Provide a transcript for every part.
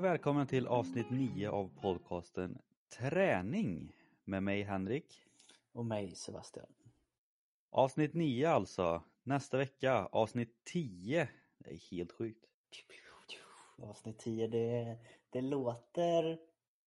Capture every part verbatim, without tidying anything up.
välkommen till avsnitt nio av podcasten Träning med mig Henrik. Och mig Sebastian. Avsnitt nio alltså. Nästa vecka avsnitt tio. Det är helt sjukt. Avsnitt tio, det, det låter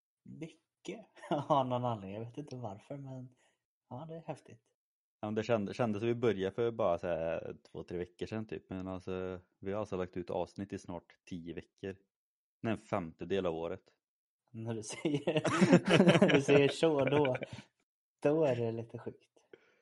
mycket av någon anledning. Jag vet inte varför, men ja, det är häftigt. Ja, det kändes, kändes som vi började för bara så här två, tre veckor sedan typ. Men alltså, vi har alltså lagt ut avsnitt i snart tio veckor. Det är en femtedel av året. När du säger, när du säger så, då, då är det lite sjukt.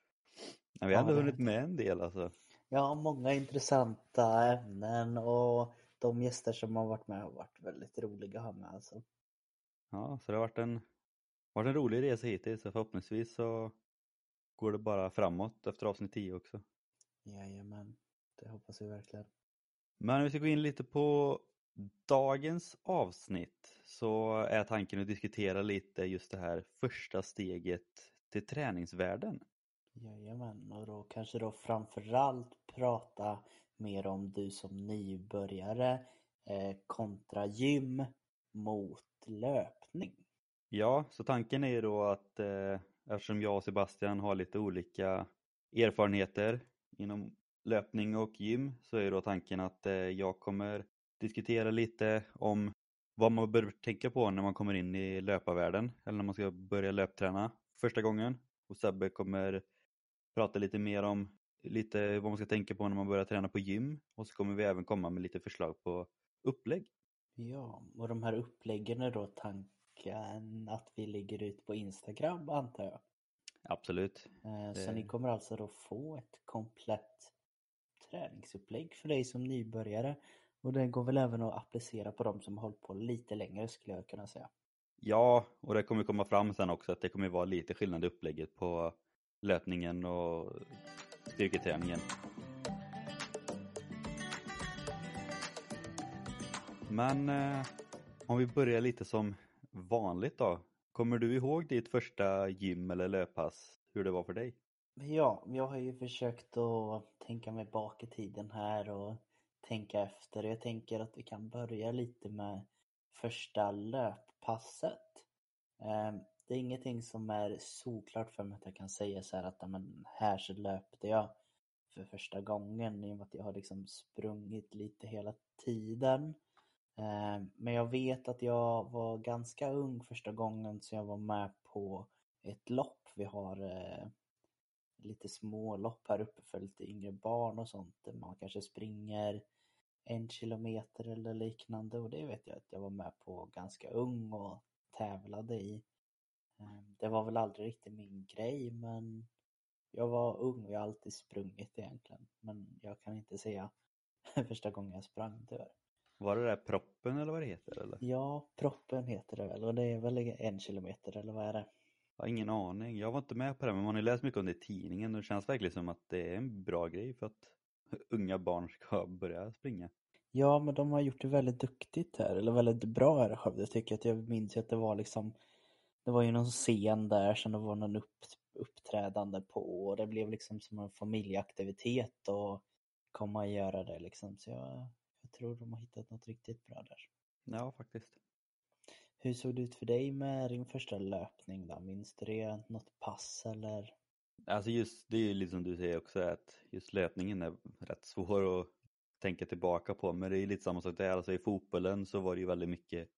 Ja, vi har ändå Ja, det hunnit är- med en del alltså. Ja, många intressanta ämnen och de gäster som har varit med har varit väldigt roliga att ha med. Alltså. Ja, så det har varit en, varit en rolig resa hittills. Så förhoppningsvis så går det bara framåt efter avsnitt tio också. Jajamän, det hoppas vi verkligen. Men vi ska gå in lite på dagens avsnitt, så är tanken att diskutera lite just det här första steget till träningsvärlden. Jajamän, och då kanske då framförallt prata mer om du som nybörjare eh, kontra gym mot löpning. Ja, så tanken är ju då att eh, eftersom jag och Sebastian har lite olika erfarenheter inom löpning och gym, så är då tanken att eh, jag kommer diskutera lite om vad man bör tänka på när man kommer in i löparvärlden eller när man ska börja löpträna första gången. Och Sebbe kommer prata lite mer om lite vad man ska tänka på när man börjar träna på gym. Och så kommer vi även komma med lite förslag på upplägg. Ja, och de här uppläggen är då tanken att vi lägger ut på Instagram, antar jag. Absolut. Eh, Så Det- ni kommer alltså då få ett komplett träningsupplägg för dig som nybörjare. Och det går väl även att applicera på de som har hållit på lite längre, skulle jag kunna säga. Ja, och det kommer komma fram sen också att det kommer vara lite skillnad i upplägget på löpningen och styrketräningen. Men eh, om vi börjar lite som vanligt då. Kommer du ihåg ditt första gym eller löppass? Hur det var för dig? Ja, jag har ju försökt att tänka mig bak i tiden här och tänka efter. Jag tänker att vi kan börja lite med första löppasset. Eh, Det är ingenting som är såklart för mig att jag kan säga så här att "Ja, men här så löpte jag för första gången", i och med att jag har liksom sprungit lite hela tiden. Eh, Men jag vet att jag var ganska ung första gången så jag var med på ett lopp. Vi har eh, lite små lopp här uppe för lite yngre barn och sånt. Där man kanske springer en kilometer eller liknande. Och det vet jag att jag var med på ganska ung och tävlade i. Eh, Det var väl aldrig riktigt min grej, men jag var ung och jag har alltid sprungit egentligen. Men jag kan inte säga första gången jag sprang tyvärr. Var det där proppen eller vad det heter eller? Ja, proppen heter det väl, och det är väl en kilometer eller vad är det? Jag har ingen aning. Jag var inte med på det, men man har ju läst mycket om det i tidningen och det känns verkligen som att det är en bra grej för att unga barn ska börja springa. Ja, men de har gjort det väldigt duktigt här, eller väldigt bra här i Skövde. Jag tycker att jag minns ju att det var liksom, det var ju någon scen där som det var någon upp, uppträdande på, och det blev liksom som en familjeaktivitet och komma och göra det liksom. Så jag, jag tror de har hittat något riktigt bra där. Ja, faktiskt. Hur såg det ut för dig med din första löpning då? Minns du det? Något pass eller? Alltså just, det är ju lite som du säger också att just löpningen är rätt svår att tänka tillbaka på. Men det är lite samma sak där. Alltså i fotbollen så var det ju väldigt mycket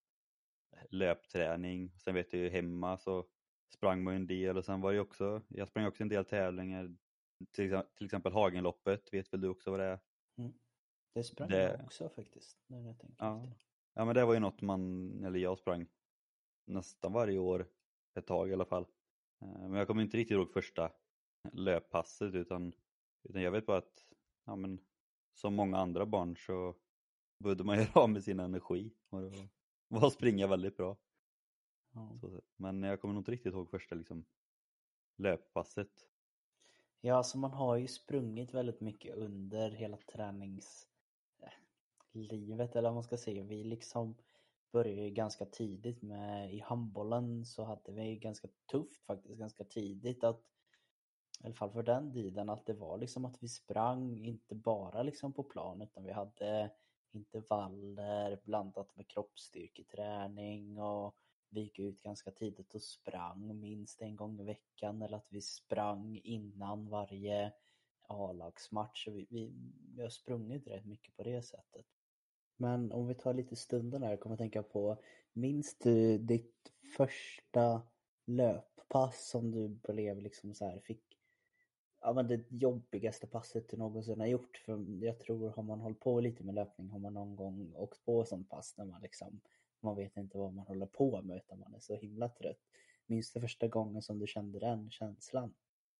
löpträning. Sen vet jag ju hemma så sprang man ju en del och sen var det ju också, jag sprang också en del tävlingar. Till exempel, till exempel Hagenloppet, vet väl du också vad det är? Mm. Det sprang Det- jag också faktiskt, när jag tänker Ja. efter. Ja, men det var ju något man, eller jag sprang nästan varje år ett tag i alla fall. Eh, Men jag kommer inte riktigt ihåg första löppasset utan, utan jag vet bara att ja, men, som många andra barn så behövde man göra av med sin energi och det var att springa väldigt bra. Ja. Så, men jag kommer nog inte riktigt ihåg första liksom, löppasset. Ja, alltså man har ju sprungit väldigt mycket under hela träningslivet, eller vad man ska säga. Vi liksom började ju ganska tidigt med, i handbollen så hade vi ganska tufft faktiskt, ganska tidigt att, i alla fall för den tiden, att det var liksom att vi sprang inte bara liksom på plan, utan vi hade intervaller blandat med kroppsstyrketräning, och vi gick ut ganska tidigt och sprang minst en gång i veckan, eller att vi sprang innan varje A-lagsmatch. Vi, vi, vi har sprungit rätt mycket på det sättet. Men om vi tar lite stunden här, kommer jag tänka på, minns du ditt första löppass som du blev liksom så här, fick, ja men det jobbigaste passet du någonsin har gjort? För jag tror, har man hållit på lite med löpning har man någon gång åkt på sånt pass när man liksom, man vet inte vad man håller på med utan man är så himla trött. Minns du första gången som du kände den känslan?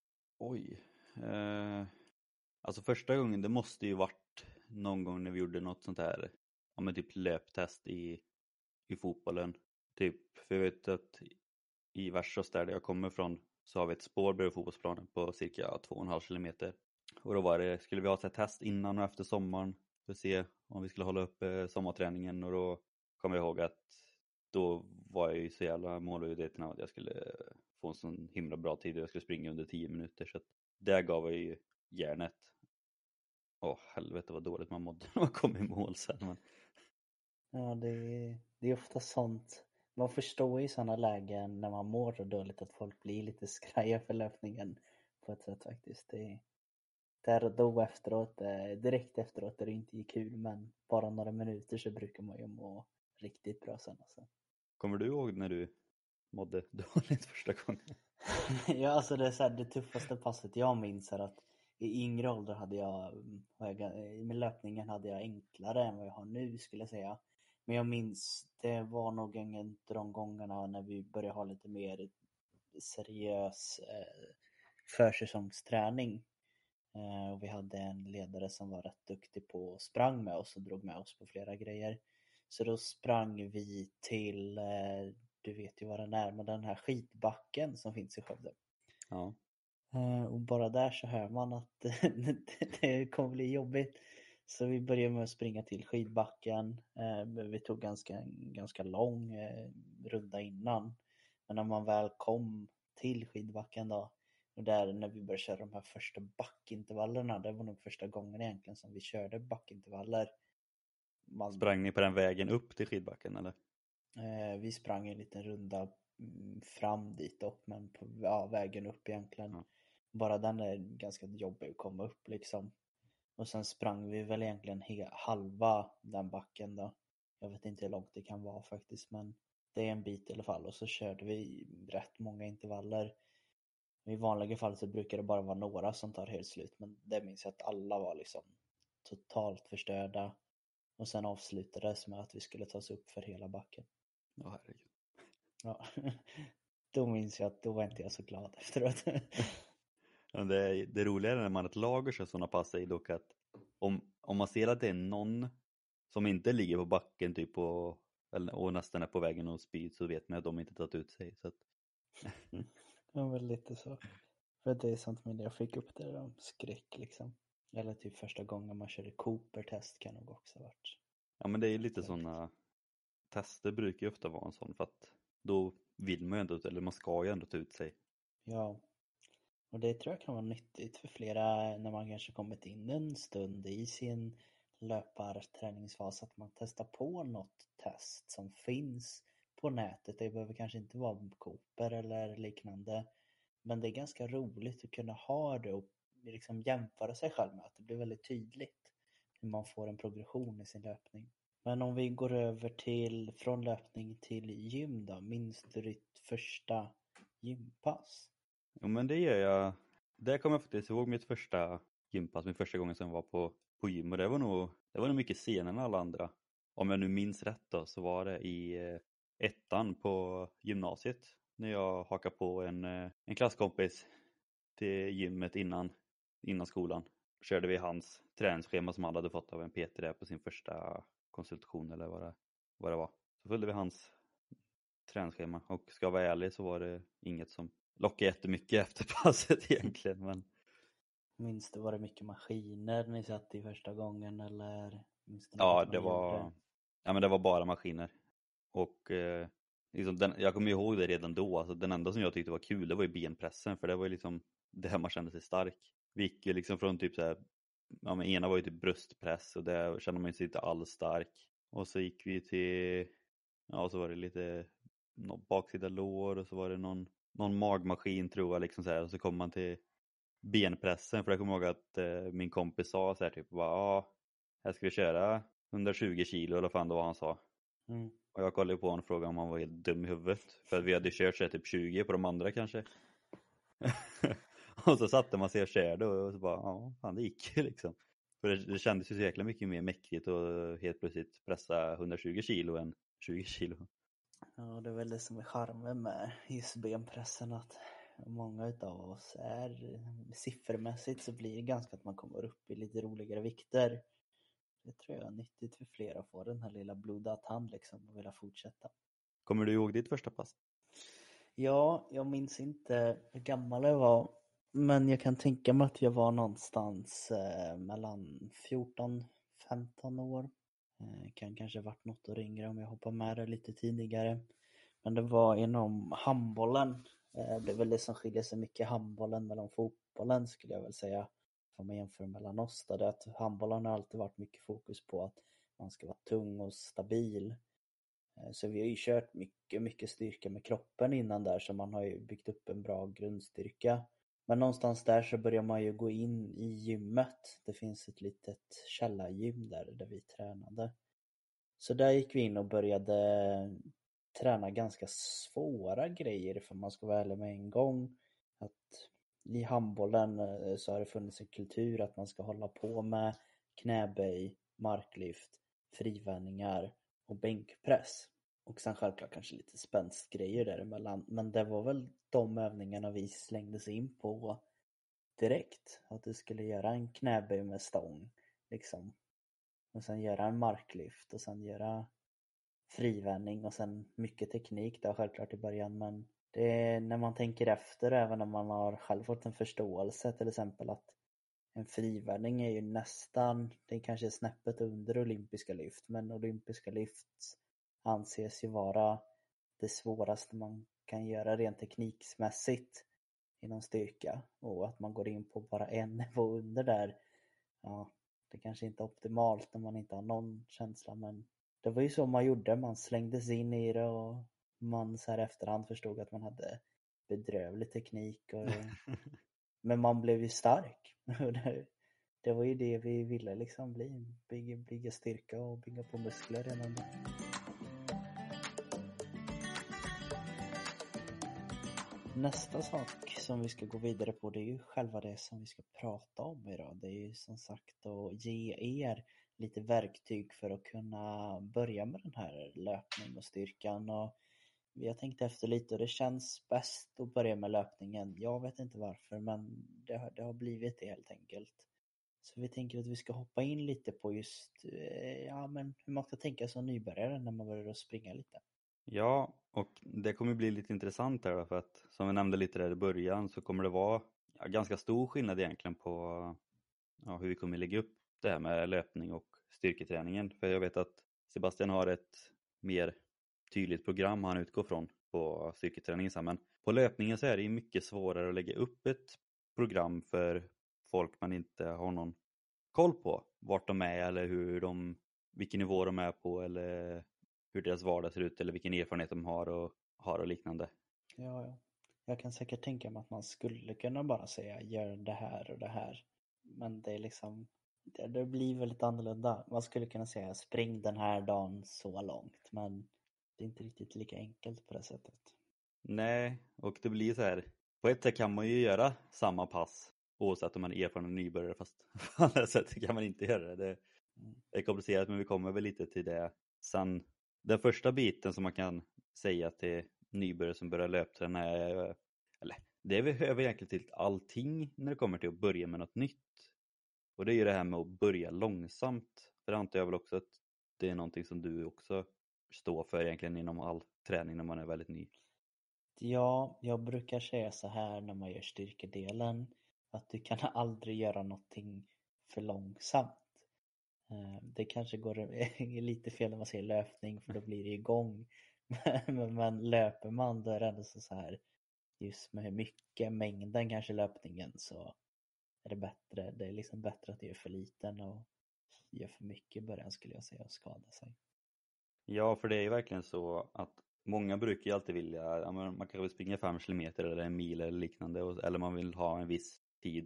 Oj. Eh, alltså första gången, det måste ju varit någon gång när vi gjorde något sånt här, ja men typ löptest i, i fotbollen. Typ, för jag vet att i Värsås där jag kommer ifrån så har vi ett spår bredvid fotbollsplanen på cirka två och en halv kilometer. Och då var det, skulle vi ha ett test innan och efter sommaren för att se om vi skulle hålla upp eh, sommarträningen, och då kommer jag ihåg att då var jag ju så jävla målmedveten att jag skulle få en sån himla bra tid och jag skulle springa under tio minuter, så att där gav jag ju järnet. Åh helvete vad dåligt man mådde när man kom i mål sen. Men... Ja, det är, det är ofta sånt. Man förstår i sådana lägen när man mår så dåligt att folk blir lite skraja för löpningen på ett sätt faktiskt. Det, där och då efteråt, direkt efteråt är det inte kul, men bara några minuter så brukar man ju må riktigt bra sen. Alltså. Kommer du ihåg när du mådde dåligt första gången? Ja, alltså det är så här, det tuffaste passet jag minns är att i yngre ålder hade jag, med löpningen hade jag enklare än vad jag har nu skulle jag säga. Men jag minns, det var nog en av de gångerna när vi började ha lite mer seriös eh, försäsongsträning. Eh, och vi hade en ledare som var rätt duktig på och sprang med oss och drog med oss på flera grejer. Så då sprang vi till, eh, du vet ju vad den är, men den här skidbacken som finns i Skövde. Ja. Eh, och bara där så hör man att det kommer bli jobbigt. Så vi började med att springa till skidbacken. Eh, vi tog ganska, ganska lång eh, runda innan. Men när man väl kom till skidbacken då, och där när vi började köra de här första backintervallerna, det var nog första gången egentligen som vi körde backintervaller. Man, Sprang ni på den vägen upp till skidbacken eller? eh, vi sprang en liten runda fram dit upp, men på ja, vägen upp egentligen. Ja. Bara den är ganska jobbig att komma upp liksom. Och sen sprang vi väl egentligen he- halva den backen då. Jag vet inte hur långt det kan vara faktiskt, men det är en bit i alla fall. Och så körde vi rätt många intervaller. I vanliga fall så brukar det bara vara några som tar helt slut, men det minns jag att alla var liksom totalt förstörda. Och sen avslutades med att vi skulle ta oss upp för hela backen. Ja, herregud. Ja. Då minns jag att då var inte jag så glad efteråt. Ja, det, det roliga när man har ett lag och kör sådana pass är dock att om, om man ser att det är någon som inte ligger på backen typ och, eller, och nästan är på vägen och spyd, så vet man att de inte tagit ut sig. Så att... Det var lite så. För det är sånt med det jag fick upp det om skräck liksom. Eller typ första gången man körde Cooper-test kan nog också ha varit. Ja, men det är lite sådana tester brukar ju ofta vara en sån, för att då vill man ju ändå, eller man ska ju ändå ta ut sig. Ja, och det tror jag kan vara nyttigt för flera när man kanske kommit in en stund i sin löparträningsfas, att man testar på något test som finns på nätet. Det behöver kanske inte vara Cooper eller liknande, men det är ganska roligt att kunna ha det och liksom jämföra sig själv med, att det blir väldigt tydligt hur man får en progression i sin löpning. Men om vi går över till från löpning till gym då, minns du ditt första gympass? Jo, men det gör jag. Där kommer jag faktiskt ihåg mitt första gympass, min första gången som jag var på, på gym, och det var nog, det var nog mycket senare än alla andra. Om jag nu minns rätt då, så var det i eh, ettan på gymnasiet när jag hakade på en, eh, en klasskompis till gymmet innan, innan skolan. Körde vi hans träningsschema som han hade fått av en P T där på sin första konsultation eller vad det, vad det var. Så följde vi hans träningsschema, och ska jag vara ärlig så var det inget som lockade jättemycket efter passet egentligen. Men... Minns du, var det mycket maskiner ni satt i första gången eller? Minns du Ja, något det man var, gjorde? ja, men det var bara maskiner. Och eh, liksom den, jag kommer ihåg det redan då. Alltså, den enda som jag tyckte var kul, det var ju benpressen, för det var ju liksom det här man kände sig stark. Vi gick ju liksom från typ så här ja men ena var ju typ bröstpress och där kände man sig inte alls stark. Och så gick vi till, ja så var det lite någon baksida lår och så var det någon, någon magmaskin tror jag liksom så här. Och så kom man till benpressen, för jag kommer ihåg att eh, min kompis sa så här typ, ja här ska vi köra hundratjugo kilo eller vad fan det var han sa. Mm. Och jag kollade på honom och frågade om han var helt dum i huvudet. För att vi hade kört så här, typ tjugo på de andra kanske. Och så satte man sig och körde och så bara, ja fan det gick ju liksom. För det, det kändes ju så jäkla mycket mer mäktigt och helt plötsligt pressa hundratjugo kilo än tjugo kilo. Ja, det är väl det som är charmen med just benpressen, att många utav oss är siffermässigt så blir det ganska att man kommer upp i lite roligare vikter. Det tror jag är nyttigt för flera att få den här lilla blodad tand liksom och vilja fortsätta. Kommer du ihåg ditt första pass? Ja, jag minns inte hur gammal jag var, men jag kan tänka mig att jag var någonstans eh, mellan fjorton femton år. Eh, kan kanske varit något år yngre om jag hoppar med det lite tidigare. Men det var inom handbollen. Eh, det är väl det som skiljer sig mycket handbollen mellan fotbollen skulle jag väl säga. Om man jämför mellan oss då, det är att handbollen har alltid varit mycket fokus på att man ska vara tung och stabil. Så vi har ju kört mycket, mycket styrka med kroppen innan där, så man har ju byggt upp en bra grundstyrka. Men någonstans där så börjar man ju gå in i gymmet. Det finns ett litet källargym där, där vi tränade. Så där gick vi in och började träna ganska svåra grejer, för man ska vara ärlig med en gång. Att i handbollen så har det funnits en kultur att man ska hålla på med knäböj, marklyft, frivändningar och bänkpress. Och sen självklart kanske lite spänstgrejer däremellan. Men det var väl de övningarna vi slängdes in på direkt. Att du skulle göra en knäböj med stång liksom. Och sen göra en marklyft och sen göra frivändning och sen mycket teknik då självklart i början. Men det är när man tänker efter, även när man har själv fått en förståelse, till exempel att en frivändning är ju nästan, det kanske är snäppet under olympiska lyft, men olympiska lyft anses ju vara det svåraste man kan göra rent tekniksmässigt inom styrka. Och att man går in på bara en nivå under där, ja, det kanske inte är optimalt när man inte har någon känsla, men det var ju så man gjorde, man slängdes in i det och man så här efterhand förstod att man hade bedrövlig teknik och men man blev ju stark. Det var ju det vi ville liksom bli, bygga, bygga styrka och bygga på muskler redan då. Nästa sak som vi ska gå vidare på, det är ju själva det som vi ska prata om idag. Det är ju som sagt att ge er lite verktyg för att kunna börja med den här löpningen och styrkan. Och vi har tänkt efter lite och det känns bäst att börja med löpningen. Jag vet inte varför, men det har, det har blivit det helt enkelt. Så vi tänker att vi ska hoppa in lite på just ja, men hur man ska tänka som nybörjare när man börjar springa lite. Ja, och det kommer bli lite intressant här då, för att som vi nämnde lite där i början så kommer det vara ja, ganska stor skillnad egentligen på ja, hur vi kommer lägga upp det här med löpning och styrketräningen. För jag vet att Sebastian har ett mer tydligt program han utgår från på styrketräningen. Men på löpningen så är det ju mycket svårare att lägga upp ett program för folk man inte har någon koll på. Vart de är eller hur de, vilken nivå de är på eller hur deras vardag ser ut eller vilken erfarenhet de har och, har och liknande. Ja, ja. Jag kan säkert tänka mig att man skulle kunna bara säga gör det här och det här. Men det är liksom, det, det blir väldigt annorlunda. Man skulle kunna säga spring den här dagen så långt, men det är inte riktigt lika enkelt på det sättet. Nej, och det blir så här, på ett sätt kan man ju göra samma pass oavsett om man är erfaren nybörjare, fast på andra sätt kan man inte göra det. Det är komplicerat, men vi kommer väl lite till det sen. Den första biten som man kan säga till nybörjare som börjar löpträna är, eller det behöver egentligen till allting när det kommer till att börja med något nytt. Och det är ju det här med att börja långsamt. För det antar jag väl också att det är någonting som du också står för egentligen inom all träning när man är väldigt ny. Ja, jag brukar säga så här när man gör styrkedelen, att du kan aldrig göra någonting för långsamt. Det kanske går lite fel när man säger löpning, för då blir det igång. Men, men löper man, då är det ändå så här, just med hur mycket mängden kanske löpningen, så är det bättre. Det är liksom bättre att göra för lite än att göra för mycket i början skulle jag säga och skada sig. Ja, för det är ju verkligen så att många brukar ju alltid vilja, ja, men man kan väl springa fem kilometer eller en mil eller liknande, och, eller man vill ha en viss tid.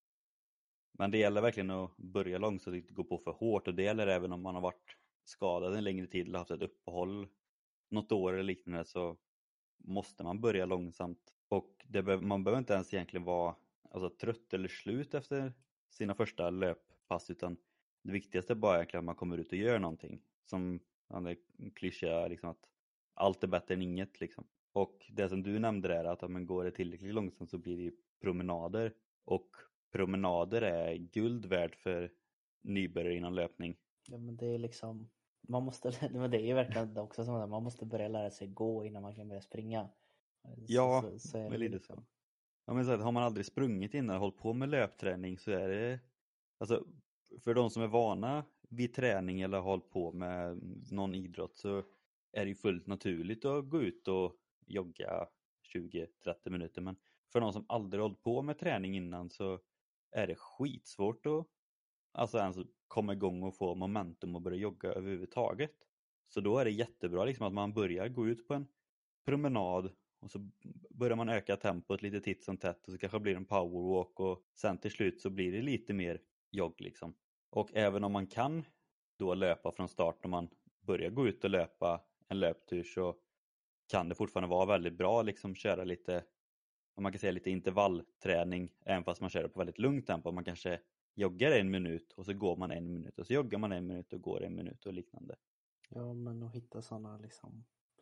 Men det gäller verkligen att börja långsamt och inte gå på för hårt, och det gäller även om man har varit skadad en längre tid eller haft ett uppehåll något år eller liknande, så måste man börja långsamt. Och det be- man behöver inte ens egentligen vara alltså, trött eller slut efter sina första löppass, utan det viktigaste är bara egentligen att man kommer ut och gör någonting. Som ja, det klyschiga liksom att allt är bättre än inget liksom. Och det som du nämnde där, att om man går det tillräckligt långsamt så blir det ju promenader. Och promenader är guld värt för nybörjare inom löpning. Ja, men det är liksom, man måste, men det är ju verkligen också som att man måste börja lära sig gå innan man kan börja springa. Så, Ja, så, så är det väl ju lite liksom. så. Ja, men så att har man aldrig sprungit innan och hållit på med löpträning så är det, alltså för de som är vana vid träning eller har hållit på med någon idrott så är det ju fullt naturligt att gå ut och jogga tjugo till trettio minuter. Men för de som aldrig hållit på med träning innan så är det skitsvårt att alltså ens komma igång och få momentum och börja jogga överhuvudtaget. Så då är det jättebra liksom att man börjar gå ut på en promenad och så börjar man öka tempot lite titt som tätt, och så kanske det blir en powerwalk, och sen till slut så blir det lite mer jogg liksom. Och även om man kan då löpa från start, när man börjar gå ut och löpa en löptur, så kan det fortfarande vara väldigt bra liksom köra lite, om man kan säga lite intervallträning, även fast man kör det på väldigt lugnt tempo. Man kanske joggar en minut och så går man en minut och så joggar man en minut och går en minut och liknande. Ja, men att hitta sådana liksom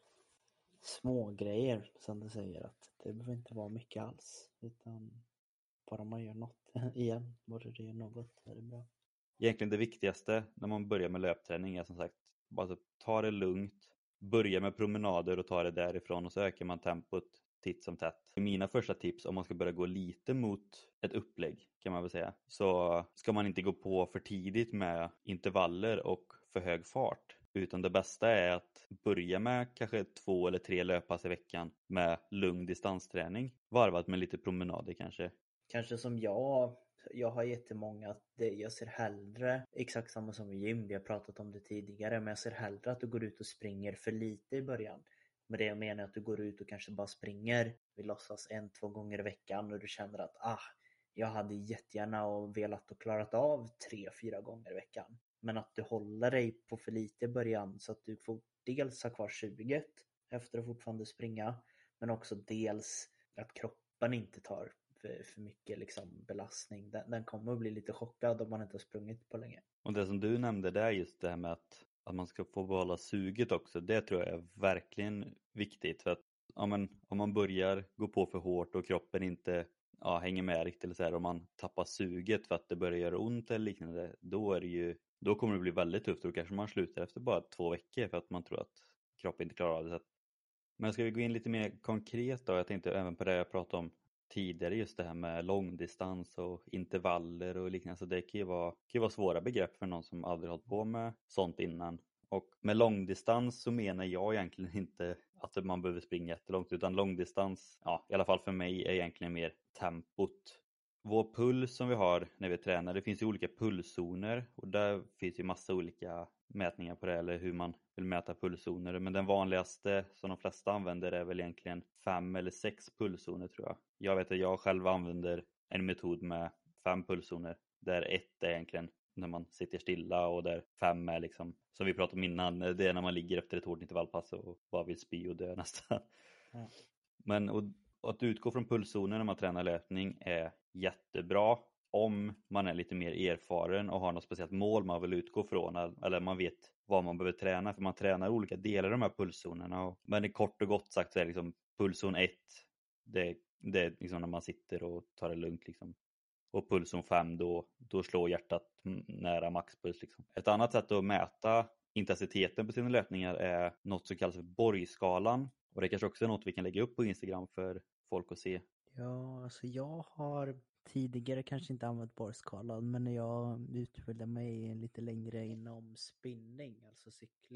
små grejer som du säger, att det behöver inte vara mycket alls, utan bara man gör något igen, bara det gör något är det bra. Egentligen det viktigaste när man börjar med löpträning är som sagt bara så ta det lugnt, börja med promenader och ta det därifrån, och så ökar man tempot titt som tätt. Mina första tips om man ska börja gå lite mot ett upplägg kan man väl säga, så ska man inte gå på för tidigt med intervaller och för hög fart, utan det bästa är att börja med kanske två eller tre löppass i veckan med lugn distansträning varvat med lite promenader kanske. Kanske som jag, jag har jättemånga att det, jag ser hellre, exakt samma som i gym, vi har pratat om det tidigare, men jag ser hellre att du går ut och springer för lite i början. Men det jag menar är att du går ut och kanske bara springer, vi låtsas en, två gånger i veckan, och du känner att ah, jag hade jättegärna och velat och klarat av tre, fyra gånger i veckan. Men att du håller dig på för lite i början så att du får dels ha kvar suget efter att fortfarande springa, men också dels att kroppen inte tar för, för mycket liksom belastning. Den, den kommer att bli lite chockad om man inte har sprungit på länge. Och det som du nämnde där, just det här med att, att man ska få behålla suget också, det tror jag är verkligen viktigt. För att ja, men, om man börjar gå på för hårt och kroppen inte ja, hänger med riktigt, eller så här, om man tappar suget för att det börjar göra ont eller liknande, då, är det ju, då kommer det bli väldigt tufft, och kanske man slutar efter bara två veckor för att man tror att kroppen inte klarar av det. Så att, men ska vi gå in lite mer konkret då? Jag tänkte även på det jag pratade om tidigare, just det här med långdistans och intervaller och liknande. Så det kan ju vara, kan ju vara svåra begrepp för någon som aldrig hållit på med sånt innan. Och med långdistans så menar jag egentligen inte att man behöver springa jättelångt, utan långdistans, ja i alla fall för mig, är egentligen mer tempot. Vår puls som vi har när vi tränar, det finns ju olika pulszoner, och där finns ju massa olika mätningar på det, eller hur man vill mäta pulszoner. Men den vanligaste som de flesta använder är väl egentligen fem eller sex pulszoner tror jag. Jag vet att jag själv använder en metod med fem pulszoner, där ett är egentligen när man sitter stilla, och där fem är liksom, som vi pratade om innan, det är när man ligger efter ett hårt intervallpass och bara vill spy och dö nästan. Ja. Men och, och att utgå från pulszoner när man tränar löpning är jättebra om man är lite mer erfaren och har något speciellt mål man vill utgå från, eller man vet vad man behöver träna, för man tränar olika delar av de här pulszonerna. Men i kort och gott sagt så är det liksom pulszon ett, det, det är liksom när man sitter och tar det lugnt liksom. Och pulszon fem, då, då slår hjärtat nära maxpuls liksom. Ett annat sätt att mäta intensiteten på sina löpningar är något som kallas för Borgskalan. Och det kanske också är något vi kan lägga upp på Instagram för folk att se. Ja, alltså jag har tidigare kanske inte använt Borgskalan, men när jag utbildade mig lite längre inom spinning, alltså cykling,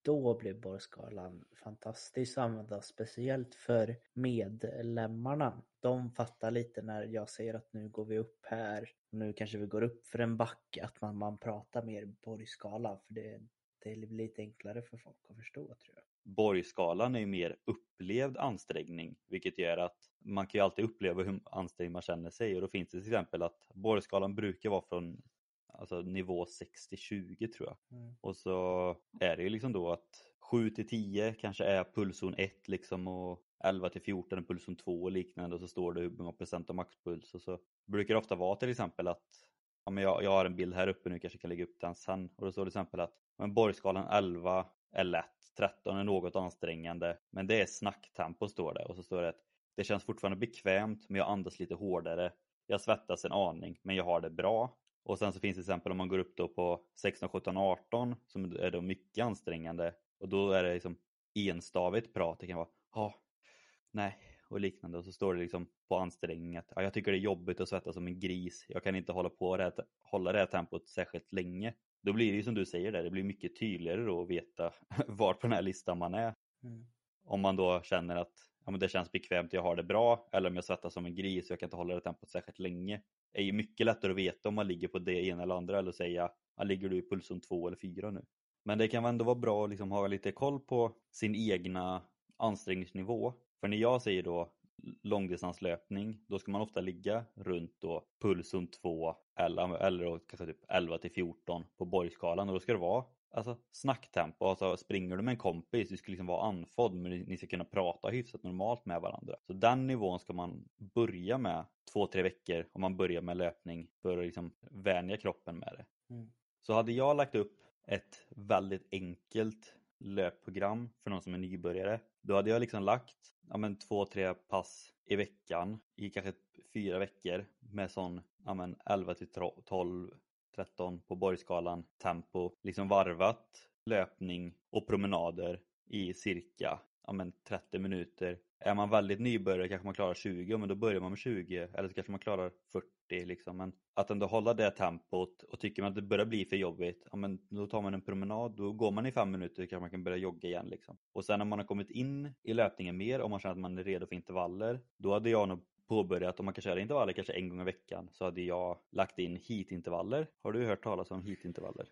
då blir borrskalan fantastisk att använda, speciellt för medlemmarna. De fattar lite när jag säger att nu går vi upp här, nu kanske vi går upp för en backe, att man, man pratar mer borgskala, för det, det blir lite enklare för folk att förstå, tror jag. Borgskalan är ju mer upplevd ansträngning, vilket gör att man kan ju alltid uppleva hur ansträngd man känner sig, och då finns det till exempel att borgskalan brukar vara från alltså nivå sex till tjugo tror jag. Mm. Och så är det ju liksom då att sju till tio kanske är pulszon ett liksom, och elva till fjorton är pulszon två och liknande, och så står det hur många procent av maxpuls, och så brukar det ofta vara till exempel att ja, men jag, jag har en bild här uppe nu, kanske kan lägga upp den sen, och då står det till exempel att men borgskalan elva är lätt, tretton är något ansträngande, men det är snacktempo står det, och så står det att det känns fortfarande bekvämt men jag andas lite hårdare, jag svettas en aning men jag har det bra. Och sen så finns det till exempel om man går upp då på sexton, sjutton, arton som är då mycket ansträngande, och då är det liksom enstavigt prat, det kan vara ja, nej och liknande, och så står det liksom på ansträngning att ja, jag tycker det är jobbigt att svettas som en gris, jag kan inte hålla på det här, hålla det här tempot särskilt länge. Då blir det ju som du säger där, det blir mycket tydligare då att veta var på den här listan man är. Mm. Om man då känner att ja, men det känns bekvämt, jag har det bra, eller om jag svettas som en gris och jag kan inte hålla det tempot särskilt länge. Det är ju mycket lättare att veta om man ligger på det ena eller andra, eller säga ja, ligger du i pulszon två eller fyra nu. Men det kan ändå vara bra att liksom ha lite koll på sin egna ansträngningsnivå. För när jag säger då långdistanslöpning, då ska man ofta ligga runt då pulszon två eller, eller då, kanske typ elva till fjorton på borgskalan, och då ska det vara alltså snacktempo. Alltså springer du med en kompis, du ska liksom vara andfådd, men ni ska kunna prata hyfsat normalt med varandra. Så den nivån ska man börja med två, tre veckor om man börjar med löpning, för att liksom vänja kroppen med det. Mm. Så hade jag lagt upp ett väldigt enkelt löpprogram för någon som är nybörjare, då hade jag liksom lagt ja, men två, tre pass i veckan i kanske fyra veckor med sån ja, men elva till tolv, tretton på borgskalan tempo, liksom varvat löpning och promenader i cirka ja, men trettio minuter. Är man väldigt nybörjare kanske man klarar tjugo, men då börjar man med tjugo, eller så kanske man klarar fyrtio liksom. Men att ändå hålla det tempot, och tycker man att det börjar bli för jobbigt, ja, men då tar man en promenad, då går man i fem minuter, kanske man kan börja jogga igen liksom. Och sen när man har kommit in i löpningen mer, om man känner att man är redo för intervaller, då hade jag nog påbörjat, om man kan köra intervaller kanske en gång i veckan, så hade jag lagt in heatintervaller. Har du hört talas om heatintervaller?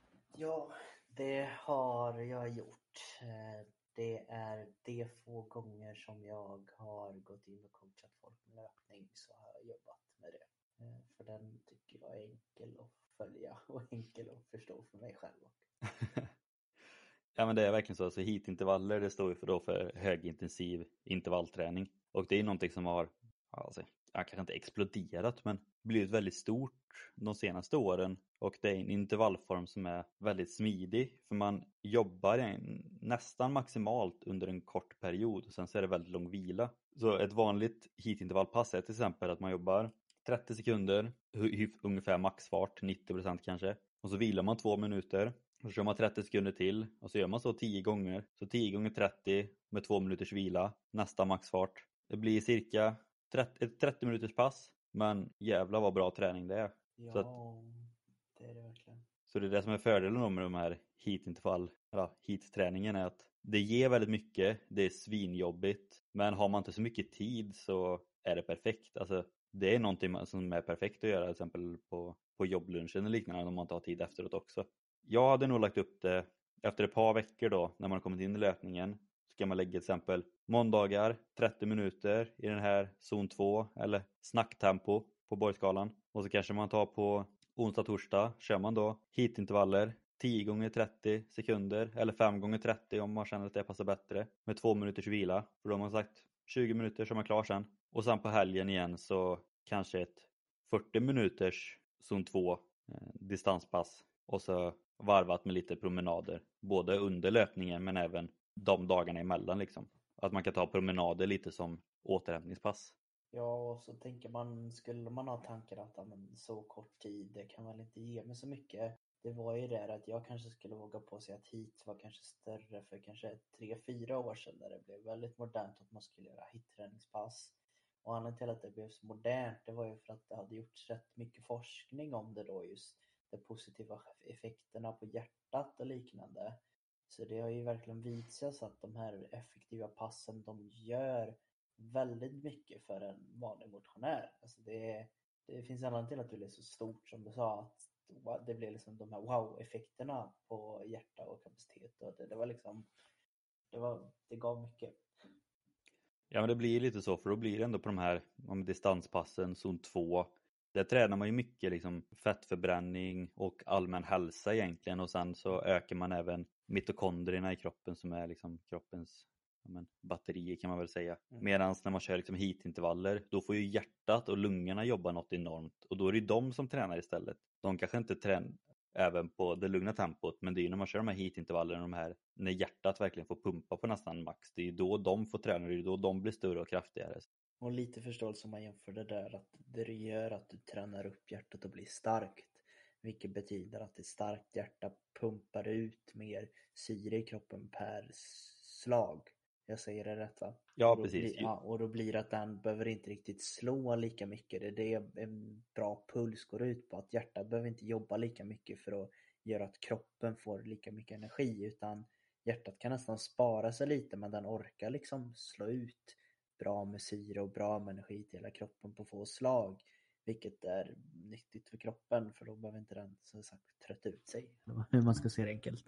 Ja, det har jag gjort. Det är de få gånger som jag har gått in och coachat folk med löpning, så har jag jobbat med det. För den tycker jag är enkel att följa och enkel att förstå för mig själv. Ja, men det är verkligen så. Alltså, heatintervaller, det står ju för, då för högintensiv intervallträning. Och det är någonting som har, alltså, jag kanske inte exploderat, men blivit väldigt stort de senaste åren. Och det är en intervallform som är väldigt smidig, för man jobbar nästan maximalt under en kort period, och sen så är det väldigt lång vila. Så ett vanligt heatintervallpass är till exempel att man jobbar trettio sekunder, ungefär maxfart, nittio procent kanske. Och så vilar man två minuter. Och så kör man trettio sekunder till, och så gör man så tio gånger. Så tio gånger trettio med två minuters vila, nästa maxfart. Det blir cirka trettio, ett trettio minuters pass, men jävlar vad bra träning det är. Ja, så att, det är det verkligen. Så det är det som är fördelen med de här heatintervall, ja, heat-träningen, är att det ger väldigt mycket, det är svinjobbigt, men har man inte så mycket tid så är det perfekt. Alltså, det är någonting som är perfekt att göra till exempel på, på jobblunchen eller liknande, om man inte har tid efteråt också. Jag hade nog lagt upp det efter ett par veckor då, när man har kommit in i löpningen. Så kan man lägga till exempel måndagar trettio minuter i den här zon två eller snacktempo på borgskalan. Och så kanske man tar på onsdag, torsdag, kör man då heatintervaller tio gånger trettio sekunder eller fem gånger trettio om man känner att det passar bättre, med två minuters vila. För då har man sagt tjugo minuter så är man klar sen. Och sen på helgen igen så kanske ett fyrtio minuters zon två eh, distanspass. Och så varvat med lite promenader, både under löpningen men även de dagarna emellan liksom. Att man kan ta promenader lite som återhämtningspass. Ja, och så tänker man, skulle man ha tankar att ja, men så kort tid, det kan väl inte ge mig så mycket. Det var ju det att jag kanske skulle våga på sig att hit var kanske större för kanske tre, fyra år sedan, där det blev väldigt modernt att man skulle göra hitträningspass. Och anledningen till att det blev så modernt, det var ju för att det hade gjorts rätt mycket forskning om det då, just de positiva effekterna på hjärtat och liknande. Så det har ju verkligen visat sig att de här effektiva passen, de gör väldigt mycket för en vanlig motionär. Alltså det, det finns en anledning till att det blir så stort som du sa, att det blir liksom de här wow-effekterna på hjärta och kapacitet. Och det, det var liksom, det, var, det gav mycket. Ja, men det blir lite så, för då blir det ändå på de här om distanspassen, zon två. Där tränar man ju mycket liksom fettförbränning och allmän hälsa egentligen. Och sen så ökar man även mitokondrierna i kroppen som är liksom kroppens ja, men, batterier kan man väl säga. Mm. Medan när man kör liksom heatintervaller, då får ju hjärtat och lungorna jobba något enormt. Och då är det ju de som tränar istället. De kanske inte tränar även på det lugna tempot, men det är ju när man kör de här heatintervallerna, de här, när hjärtat verkligen får pumpa på nästan max, det är ju då de får träna, det är ju då de blir större och kraftigare. Och lite förståelse om man jämför det där, att det gör att du tränar upp hjärtat och blir starkt. Vilket betyder att ett starkt hjärta pumpar ut mer syre i kroppen per slag. Jag säger det rätt va? Ja, och då precis. Blir, ja, och då blir det att den behöver inte riktigt slå lika mycket. Det är det en bra puls går ut på. Att hjärtat behöver inte jobba lika mycket för att göra att kroppen får lika mycket energi. Utan hjärtat kan nästan spara sig lite, men den orkar liksom slå ut bra med syre och bra med energi till hela kroppen på få slag. Vilket är nyttigt för kroppen, för då behöver inte den så sagt trötta ut sig. Hur man ska se det enkelt.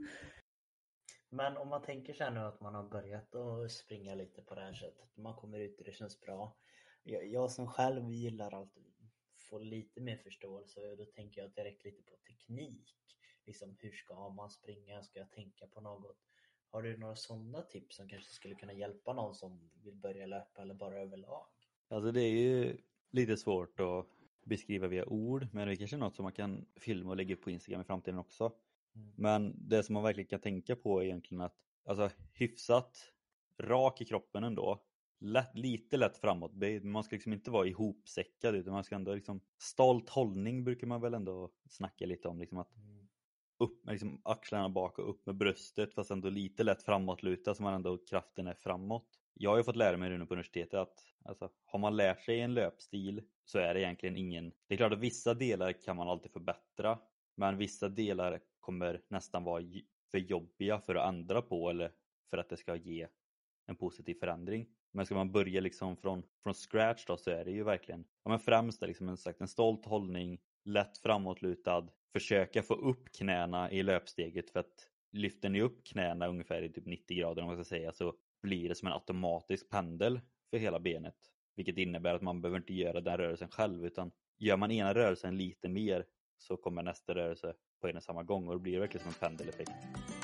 Men om man tänker sig nu att man har börjat att springa lite på det här sättet. Man kommer ut och det känns bra. Jag, jag som själv gillar att få lite mer förståelse. Då tänker jag direkt lite på teknik. Liksom hur ska man springa? Ska jag tänka på något? Har du några sådana tips som kanske skulle kunna hjälpa någon som vill börja löpa eller bara överlag? Alltså det är ju lite svårt att beskriva via ord, men det är kanske något som man kan filma och lägga upp på Instagram i framtiden också. Mm. Men det som man verkligen kan tänka på är egentligen att alltså hyfsat rak i kroppen ändå, lätt, lite lätt framåtböjd, men man ska liksom inte vara ihopsäckad, utan man ska ändå liksom, stolt hållning brukar man väl ändå snacka lite om, liksom att Mm. upp med liksom axlarna bak och upp med bröstet, fast ändå lite lätt framåtluta så man ändå kraften är framåt. Jag har ju fått lära mig nu på universitetet att alltså, har man lärt sig en löpstil så är det egentligen ingen... Det är klart att vissa delar kan man alltid förbättra, men vissa delar kommer nästan vara för jobbiga för att ändra på eller för att det ska ge en positiv förändring. Men ska man börja liksom från, från scratch då, så är det ju verkligen ja, men främst är liksom en, sagt, en stolt hållning, lätt framåtlutad, försöka få upp knäna i löpsteget, för att lyfter ni upp knäna ungefär i typ nittio grader om man ska säga, så blir det som en automatisk pendel för hela benet, vilket innebär att man behöver inte göra den rörelsen själv, utan gör man ena rörelsen lite mer så kommer nästa rörelse på en och samma gång, och då blir det verkligen som en pendeleffekt.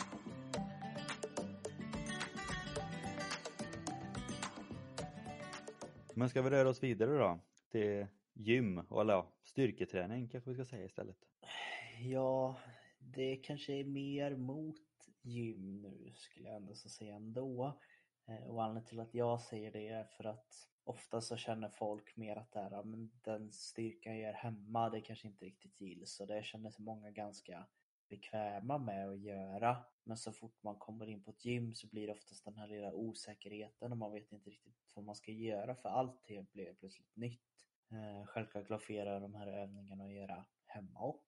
Men ska vi röra oss vidare då till gym, eller ja, styrketräning kanske vi ska säga istället. Ja, det kanske är mer mot gym nu skulle jag ändå så säga ändå. Och anledningen till att jag säger det är för att ofta så känner folk mer att det här, men den styrkan jag gör hemma, det kanske inte riktigt gills. Så det känner sig många ganska bekväma med att göra. Men så fort man kommer in på ett gym så blir det oftast den här lilla osäkerheten och man vet inte riktigt vad man ska göra, för allt det blir plötsligt nytt. Självklart kan flera de här övningarna att göra hemma och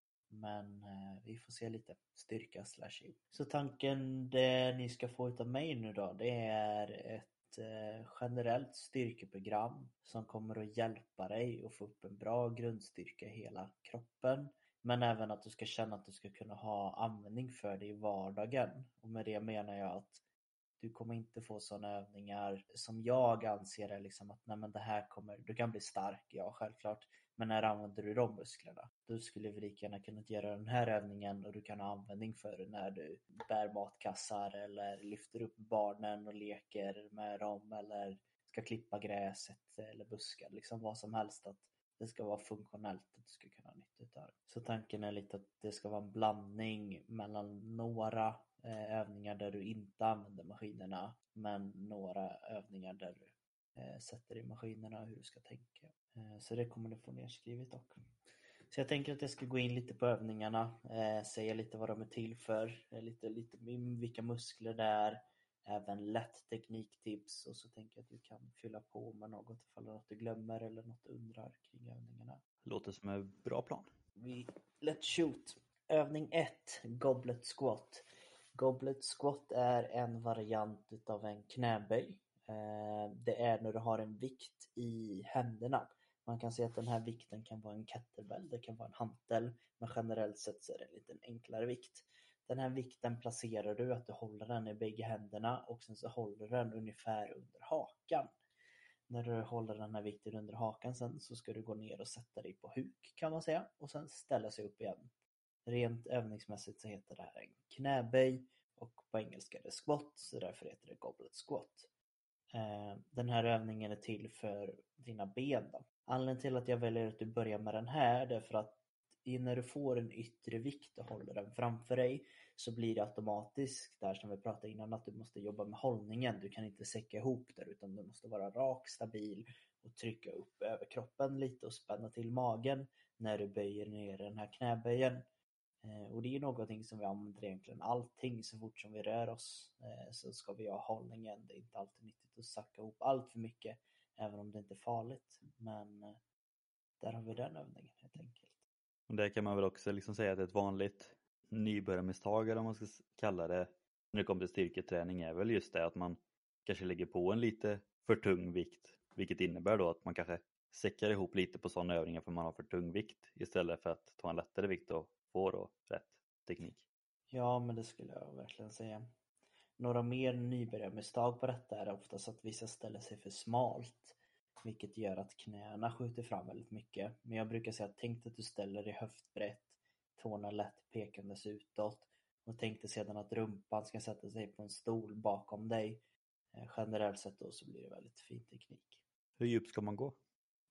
men eh, vi får se lite styrka slash gym. Så tanken det ni ska få utav mig nu då, det är ett eh, generellt styrkeprogram som kommer att hjälpa dig att få upp en bra grundstyrka i hela kroppen. Men även att du ska känna att du ska kunna ha användning för det i vardagen. Och med det menar jag att du kommer inte få sådana övningar som jag anser är liksom att nej men det här kommer, du kan bli stark, ja självklart. Men när använder du de musklerna? Då skulle vi lika gärna kunna göra den här övningen och du kan ha användning för det när du bär matkassar eller lyfter upp barnen och leker med dem eller ska klippa gräset eller buskar. Liksom vad som helst, att det ska vara funktionellt, att du ska kunna ha nytta av det. Så tanken är lite att det ska vara en blandning mellan några övningar där du inte använder maskinerna, men några övningar där du eh, sätter i maskinerna och hur du ska tänka. Eh, så det kommer du få nedskrivet också. Så jag tänker att jag ska gå in lite på övningarna, eh, säga lite vad de är till för, eh, lite, lite vilka muskler det är, även lätt tekniktips, och så tänker jag att du kan fylla på med något ifall något du glömmer eller något du undrar kring övningarna. Låter som en bra plan. Vi, let's shoot! Övning ett, goblet squat. Goblet squat är en variant utav en knäböj. Det är när du har en vikt i händerna. Man kan se att den här vikten kan vara en kettlebell, det kan vara en hantel, men generellt sett så är det en lite enklare vikt. Den här vikten placerar du att du håller den i bägge händerna och sen så håller du den ungefär under hakan. När du håller den här vikten under hakan sen så ska du gå ner och sätta dig på huk kan man säga och sen ställa sig upp igen. Rent övningsmässigt så heter det här en knäböj och på engelska är det squat, så därför heter det goblet squat. Den här övningen är till för dina ben då. Anledningen till att jag väljer att du börjar med den här är för att när du får en yttre vikt och håller den framför dig så blir det automatiskt där som vi pratade innan att du måste jobba med hållningen. Du kan inte säcka ihop där utan du måste vara rak, stabil och trycka upp över kroppen lite och spänna till magen när du böjer ner den här knäböjen. Och det är någonting som vi använder egentligen allting så fort som vi rör oss så ska vi ha hållningen. Det är inte alltid nyttigt att sacka ihop allt för mycket även om det inte är farligt. Men där har vi den övningen helt enkelt. Och det kan man väl också liksom säga att ett vanligt nybörjarmisstag eller om man ska kalla det när det kommer till styrketräning är väl just det att man kanske lägger på en lite för tung vikt. Vilket innebär då att man kanske säckar ihop lite på sådana övningar för man har för tung vikt istället för att ta en lättare vikt och få då rätt teknik. Ja, men det skulle jag verkligen säga. Några mer nybörjarmisstag på detta är oftast att vissa ställer sig för smalt. Vilket gör att knäna skjuter fram väldigt mycket. Men jag brukar säga att tänk att du ställer dig höftbrett, tårna lätt pekandes utåt. Och tänk dig sedan att rumpan ska sätta sig på en stol bakom dig. Generellt sett då så blir det väldigt fin teknik. Hur djupt ska man gå?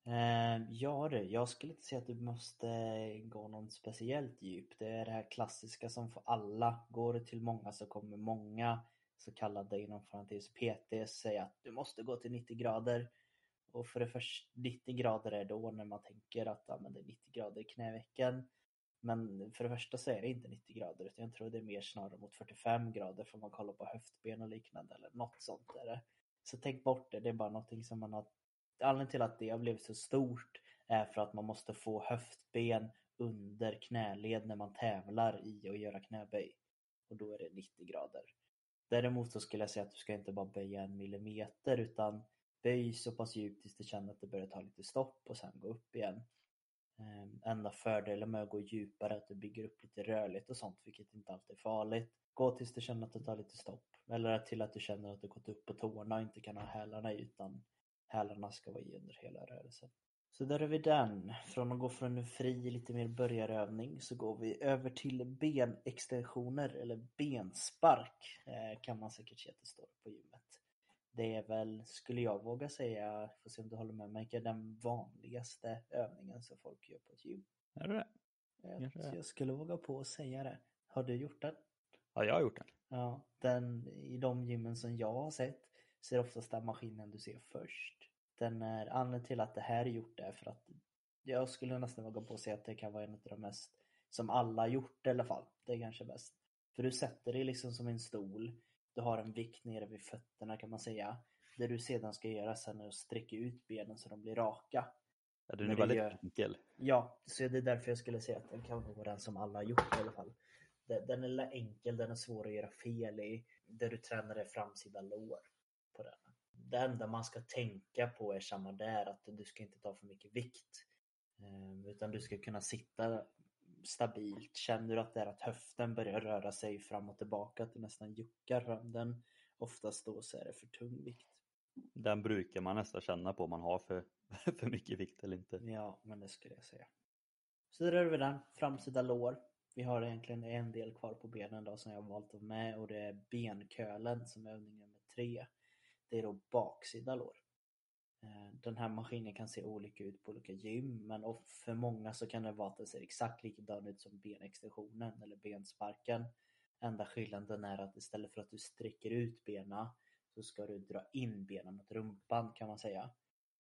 Eh, ja det, jag skulle inte säga att du måste gå någon speciellt djup. Det är det här klassiska som för alla. Går det till många så kommer många så kallade inom parentes P T säga att du måste gå till nittio grader. Och för det första nittio grader är då när man tänker att ja, men det är nittio grader i knävecken. Men för det första så är det inte nittio grader utan jag tror det är mer snarare mot fyrtiofem grader för man kollar på höftben och liknande eller något sånt är det. Så tänk bort det, det är bara någonting som man har. Anledningen till att det har blivit så stort är för att man måste få höftben under knäled när man tävlar i att göra knäböj. Och då är det nittio grader. Däremot så skulle jag säga att du ska inte bara böja en millimeter utan böj så pass djupt tills du känner att det börjar ta lite stopp och sen gå upp igen. Enda fördelen med att gå djupare är att du bygger upp lite rörligt och sånt vilket inte alltid är farligt. Gå tills du känner att det tar lite stopp. Eller till att du känner att du gått upp på tårna och inte kan ha hälarna i utan hälarna ska vara i under hela rörelsen. Så där är vi den. Från att gå från en fri lite mer börjarövning så går vi över till benextensioner eller benspark kan man säkert se att det står på gymmet. Det är väl, skulle jag våga säga, får se om du håller med mig, den vanligaste övningen som folk gör på ett gym. Är det det? Jag, jag skulle våga på att säga det. Har du gjort den? Ja, jag har gjort den. Ja, den, i de gymmen som jag har sett så är det oftast den maskinen du ser först. Den är anledningen till att det här är gjort är för att jag skulle nästan våga på att säga att det kan vara en av de mest som alla har gjort i alla fall. Det är kanske bäst. För du sätter dig liksom som en stol. Du har en vikt nere vid fötterna kan man säga. Det du sedan ska göra sen är att sträcka ut benen så de blir raka. Ja, den är väldigt gör... enkel. Ja, så det är därför jag skulle säga att den kan vara den som alla har gjort i alla fall. Den är enkel, den är svår att göra fel i. Där du tränar är framsida lår på den. Det enda man ska tänka på är samma där att du ska inte ta för mycket vikt. Utan du ska kunna sitta stabilt. Känner du att det är att höften börjar röra sig fram och tillbaka, att du nästan juckar rönden, oftast då så är det för tung vikt. Den brukar man nästan känna på om man har för, för mycket vikt eller inte. Ja, men det skulle jag säga. Så där är vi den, framsida lår. Vi har egentligen en del kvar på benen då som jag har valt att med och det är benkölen som är övning nummer tre. Det är då baksida lår. Den här maskinen kan se olika ut på olika gym, men för många så kan det vara att det ser exakt likadan ut som benextensionen eller bensparken. Enda skillnaden är att istället för att du sträcker ut benen så ska du dra in benen mot rumpan kan man säga.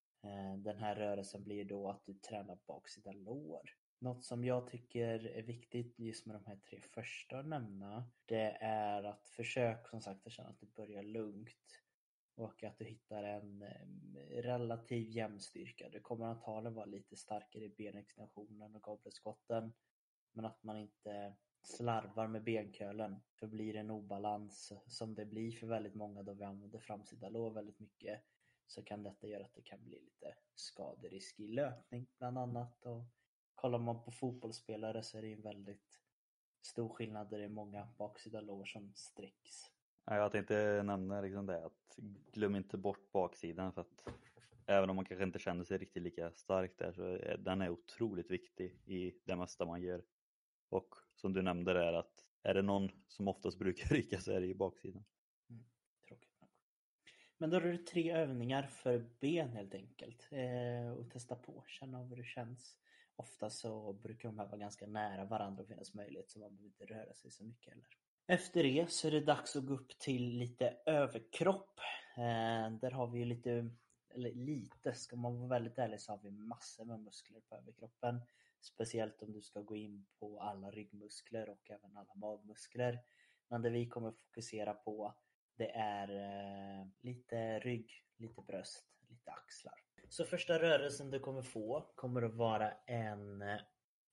Den här rörelsen blir då att du tränar baksida lår. Något som jag tycker är viktigt just med de här tre första att nämna, det är att försök som sagt att känna att du börjar lugnt. Och att du hittar en relativ jämnstyrka. Du kommer antagligen vara lite starkare i benextensionen och goblet squatten. Men att man inte slarvar med benkölen, för blir det en obalans som det blir för väldigt många då vi använder framsida lår väldigt mycket, så kan detta göra att det kan bli lite skaderisk i löpning bland annat. Och kollar man på fotbollsspelare så är det en väldigt stor skillnad där det är många baksida lår som sträcks. Ja, jag tänkte nämna liksom det, att glöm inte bort baksidan, för att även om man kanske inte känner sig riktigt lika stark där, så är den är otroligt viktig i det mesta man gör. Och som du nämnde där, att är det någon som oftast brukar rycka så är det ju baksidan. Mm, tråkigt nog. Men då är det tre övningar för ben helt enkelt. Eh, och testa på, känna av hur det känns. Ofta så brukar de här vara ganska nära varandra och finnas möjlighet, så man behöver inte röra sig så mycket heller. Efter det så är det dags att gå upp till lite överkropp. Eh, där har vi ju lite, eller lite, ska man vara väldigt ärlig så har vi massor med muskler på överkroppen. Speciellt om du ska gå in på alla ryggmuskler och även alla magmuskler. Men det vi kommer fokusera på, det är eh, lite rygg, lite bröst, lite axlar. Så första rörelsen du kommer få kommer att vara en eh,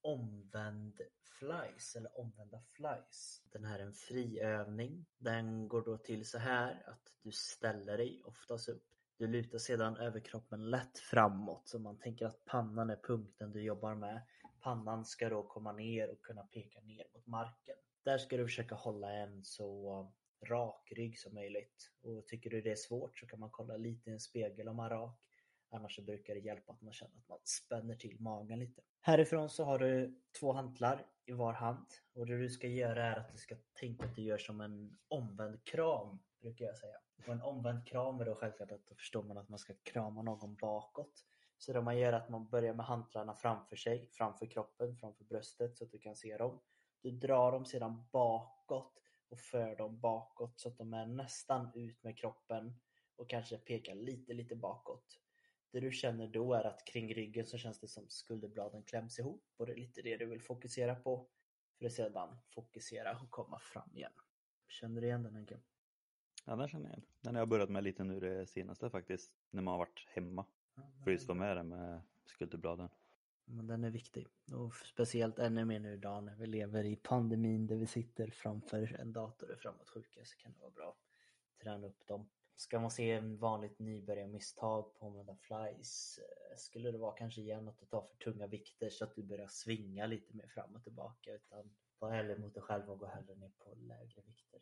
omvänd flies eller omvända flies. Den här är en fri övning. Den går då till så här att du ställer dig oftast upp. Du lutar sedan överkroppen lätt framåt, så man tänker att pannan är punkten du jobbar med. Pannan ska då komma ner och kunna peka ner mot marken. Där ska du försöka hålla en så rak rygg som möjligt. Och tycker du det är svårt så kan man kolla lite i en spegel om man är rak. Annars så brukar det hjälpa att man känner att man spänner till magen lite. Härifrån så har du två hantlar i var hand. Och det du ska göra är att du ska tänka att du gör som en omvänd kram, brukar jag säga. Och en omvänd kram är då självklart att då förstår man att man ska krama någon bakåt. Så det man gör är att man börjar med hantlarna framför sig, framför kroppen, framför bröstet så att du kan se dem. Du drar dem sedan bakåt och för dem bakåt så att de är nästan ut med kroppen och kanske pekar lite lite bakåt. Det du känner då är att kring ryggen så känns det som skulderbladen kläms ihop, och det är lite det du vill fokusera på för att sedan fokusera och komma fram igen. Känner du igen den, Henke? Ja, den känner jag igen. Den har jag börjat med lite nu det senaste faktiskt, när man har varit hemma. Ja, för just vara med det med skulderbladen. Men den är viktig, och speciellt ännu mer nu idag när vi lever i pandemin där vi sitter framför en dator och framåt sjuka, så kan det vara bra att träna upp dem. Ska man se en vanligt nybörjarmisstag på omvända flies, skulle det vara kanske igen att du tar för tunga vikter så att du börjar svinga lite mer fram och tillbaka, utan var hellre mot dig själv och gå hellre ner på lägre vikter.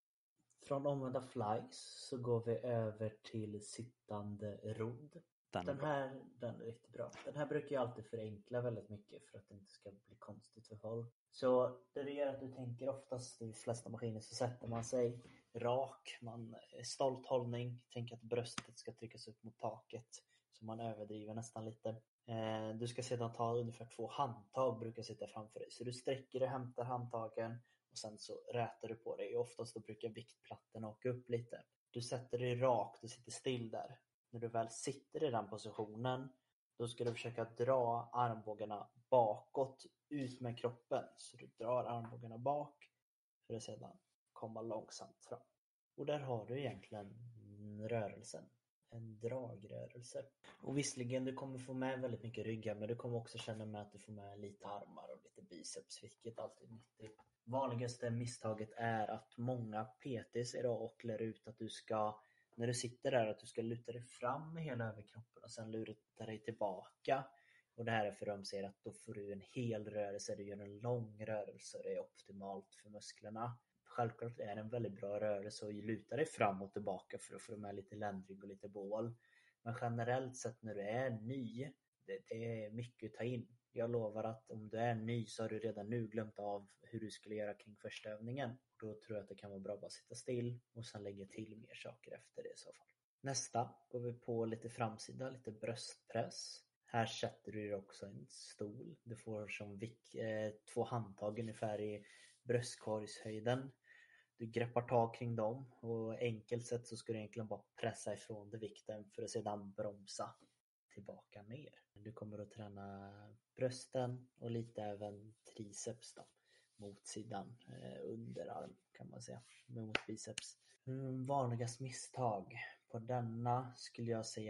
Från omvända flies så går vi över till sittande rodd. Den, den här den är riktigt bra. Den här brukar jag alltid förenkla väldigt mycket för att det inte ska bli konstigt för folk. Så det gör att du tänker oftast i de flesta maskiner så sätter man sig rak, man är stolt hållning, tänker att bröstet ska tryckas upp mot taket så man överdriver nästan lite. Eh, du ska sedan ta ungefär två handtag brukar sitta framför dig. Så du sträcker och hämtar handtagen och sen så rätar du på dig. Oftast då brukar viktplattorna åka upp lite. Du sätter dig rakt och sitter still där. När du väl sitter i den positionen, då ska du försöka dra armbågarna bakåt ut med kroppen. Så du drar armbågarna bak för att sedan komma långsamt fram. Och där har du egentligen rörelsen. En dragrörelse. Och visserligen du kommer få med väldigt mycket ryggar, men du kommer också känna med att du får med lite armar och lite biceps, vilket alltid är nyttigt. Vanligaste misstaget är att många P T:s idag och lär ut att du ska, när du sitter där, att du ska luta dig fram med hela överkroppen och sen luta dig tillbaka. Och det här är för att de säger att då får du en hel rörelse, du gör en lång rörelse och det är optimalt för musklerna. Självklart är det en väldigt bra rörelse att luta dig fram och tillbaka för att få med lite ländrygg och lite bål. Men generellt sett när du är ny, det, det är mycket att ta in. Jag lovar att om du är ny så har du redan nu glömt av hur du skulle göra kring första övningen. Då tror jag att det kan vara bra att bara sitta still och sen lägga till mer saker efter det i så fall. Nästa går vi på lite framsida, lite bröstpress. Här sätter du också en stol. Du får som vik, eh, två handtag ungefär i bröstkorgshöjden. Du greppar tag kring dem och enkelt sett så ska du egentligen bara pressa ifrån dig vikten för att sedan bromsa tillbaka ner. Du kommer att träna brösten och lite även triceps då, mot sidan, eh, underarm kan man säga, mot biceps. Mm, vanligast misstag på denna skulle jag säga att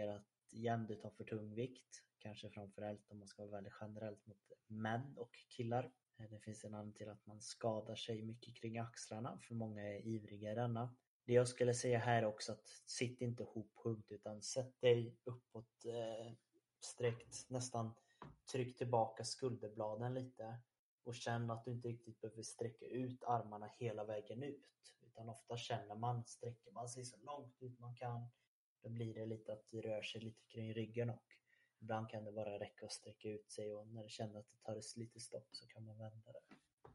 igen, du tar för tung vikt. Kanske framförallt om man ska vara väldigt generellt mot män och killar. Det finns en anledning till att man skadar sig mycket kring axlarna, för många är ivriga i denna. Det jag skulle säga här är också att sitt inte hophuggd, utan sätt dig uppåt eh, sträckt, nästan tryck tillbaka skulderbladen lite och känn att du inte riktigt behöver sträcka ut armarna hela vägen ut, utan ofta känner man, sträcker man sig så långt ut man kan, då blir det lite att det rör sig lite kring ryggen, och ibland kan det bara räcka att sträcka ut sig, och när du känner att det tar lite stopp så kan man vända det.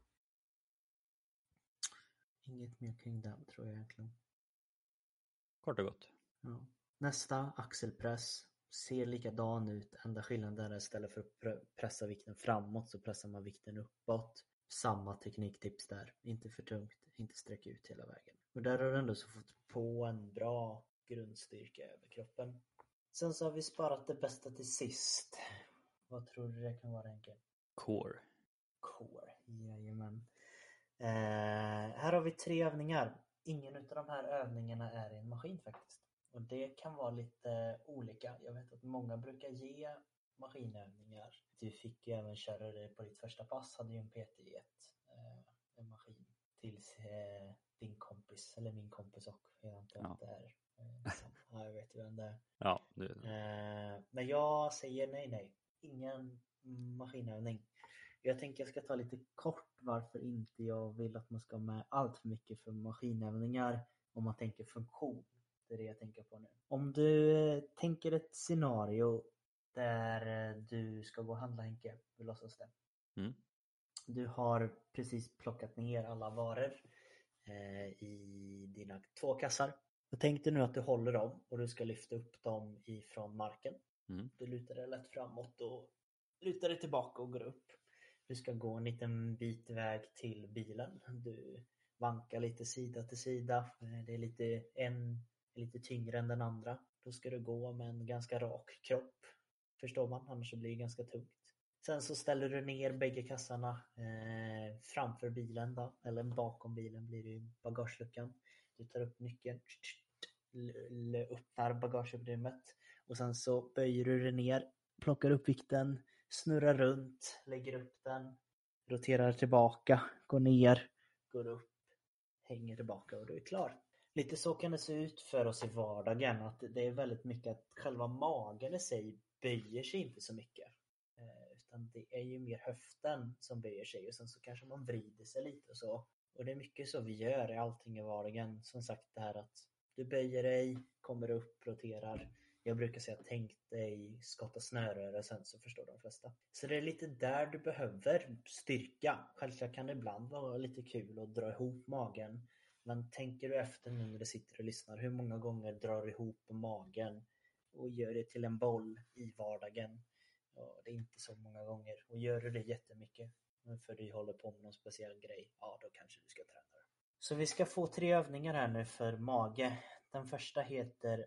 Inget mer kring den tror jag egentligen. Kort och gott. Ja. Nästa, axelpress. Ser likadan ut. Enda skillnaden är istället för att pressa vikten framåt så pressar man vikten uppåt. Samma tekniktips där. Inte för tungt, inte sträcka ut hela vägen. Och där har du ändå så fått på en bra grundstyrka över kroppen. Sen så har vi sparat det bästa till sist. Vad tror du det kan vara, Henke? Core. Core, jajamän. Eh, här har vi tre övningar. Ingen av de här övningarna är i en maskin faktiskt. Och det kan vara lite olika. Jag vet att många brukar ge maskinövningar. Du fick ju även köra det på ditt första pass. Hade ju en P T gett eh, en maskin till eh, din kompis. Eller min kompis och jag antar att det är eh, ja, jag vet ju vem det är. Ja, det... Eh, men jag säger nej, nej. Ingen maskinövning. Jag tänker jag ska ta lite kort varför inte jag vill att man ska med allt för mycket för maskinövningar om man tänker funktion. Det är det jag tänker på nu. Om du tänker ett scenario där du ska gå och handla, Henke, vi låtsas det. Mm. Du har precis plockat ner alla varor eh, i dina två kassar. Och tänk dig nu att du håller dem och du ska lyfta upp dem ifrån marken. Mm. Du lutar dig lätt framåt och lutar dig tillbaka och går upp. Du ska gå en liten bit väg till bilen. Du vankar lite sida till sida. Det är lite, en är lite tyngre än den andra. Då ska du gå med en ganska rak kropp. Förstår man? Annars så blir det ganska tungt. Sen så ställer du ner bägge kassarna eh, framför bilen då. Eller bakom bilen blir det ju bagageluckan. Du tar upp nyckeln. Öppnar bagageutrymmet. Och sen så böjer du dig ner. Plockar upp vikten. Snurrar runt, lägger upp den, roterar tillbaka, går ner, går upp, hänger tillbaka och du är klar. Lite så kan det se ut för oss i vardagen, att det är väldigt mycket att själva magen i sig böjer sig inte så mycket. Eh, utan det är ju mer höften som böjer sig och sen så kanske man vrider sig lite och så. Och det är mycket så vi gör i allting i vardagen. Som sagt det här att du böjer dig, kommer upp, roterar. Jag brukar säga tänk dig skotta snöröre sen så förstår de flesta. Så det är lite där du behöver styrka. Självklart kan det ibland vara lite kul att dra ihop magen. Men tänker du efter nu när du sitter och lyssnar. Hur många gånger drar du ihop magen och gör det till en boll i vardagen? Ja, det är inte så många gånger. Och gör du det jättemycket för du håller på med någon speciell grej. Ja, då kanske du ska träna det. Så vi ska få tre övningar här nu för mage. Den första heter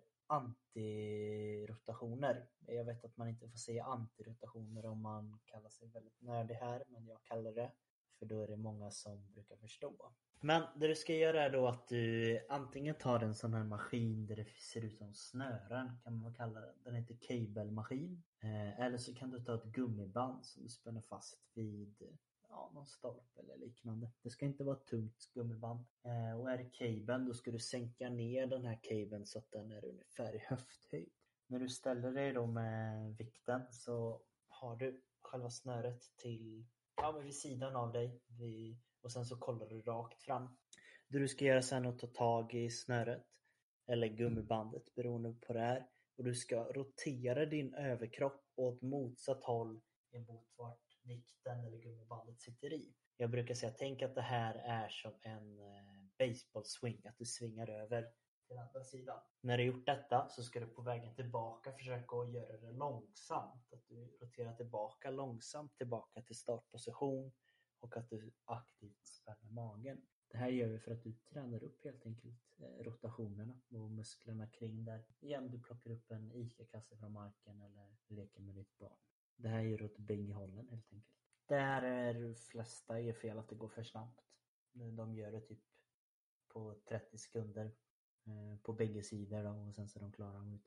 antirotationer. Jag vet att man inte får säga antirotationer om man kallar sig väldigt nördig här, men jag kallar det, för då är det många som brukar förstå. Men det du ska göra är då att du antingen tar en sån här maskin där det ser ut som snören, kan man kalla den. Den heter cable-maskin. Eh, eller så kan du ta ett gummiband som du spänner fast vid ja, någon stolpe eller liknande. Det ska inte vara ett tungt gummiband. Eh, och är det cabeln, då ska du sänka ner den här cabeln så att den är ungefär i höfthöjd. När du ställer dig då med vikten så har du själva snöret till ja, men vid sidan av dig. Vid, och sen så kollar du rakt fram. Det du ska göra sen är att ta tag i snöret eller gummibandet beroende på det här. Och du ska rotera din överkropp åt motsatt håll emot vart vikten eller gummibandet sitter i. Jag brukar säga, tänk att det här är som en eh, baseball swing, att du svingar över till andra sidan. När du gjort detta så ska du på vägen tillbaka försöka att göra det långsamt. Att du roterar tillbaka långsamt tillbaka till startposition och att du aktivt spänner magen. Det här gör vi för att du tränar upp helt enkelt eh, rotationerna och musklerna kring där. Igen, du plockar upp en ICA-kasse från marken eller leker med ditt barn. Det här gör åt bägge hållen helt enkelt. Där är de flesta är fel att det går för snabbt. De gör det typ på trettio sekunder eh, på bägge sidor då, och sen så är de klara utan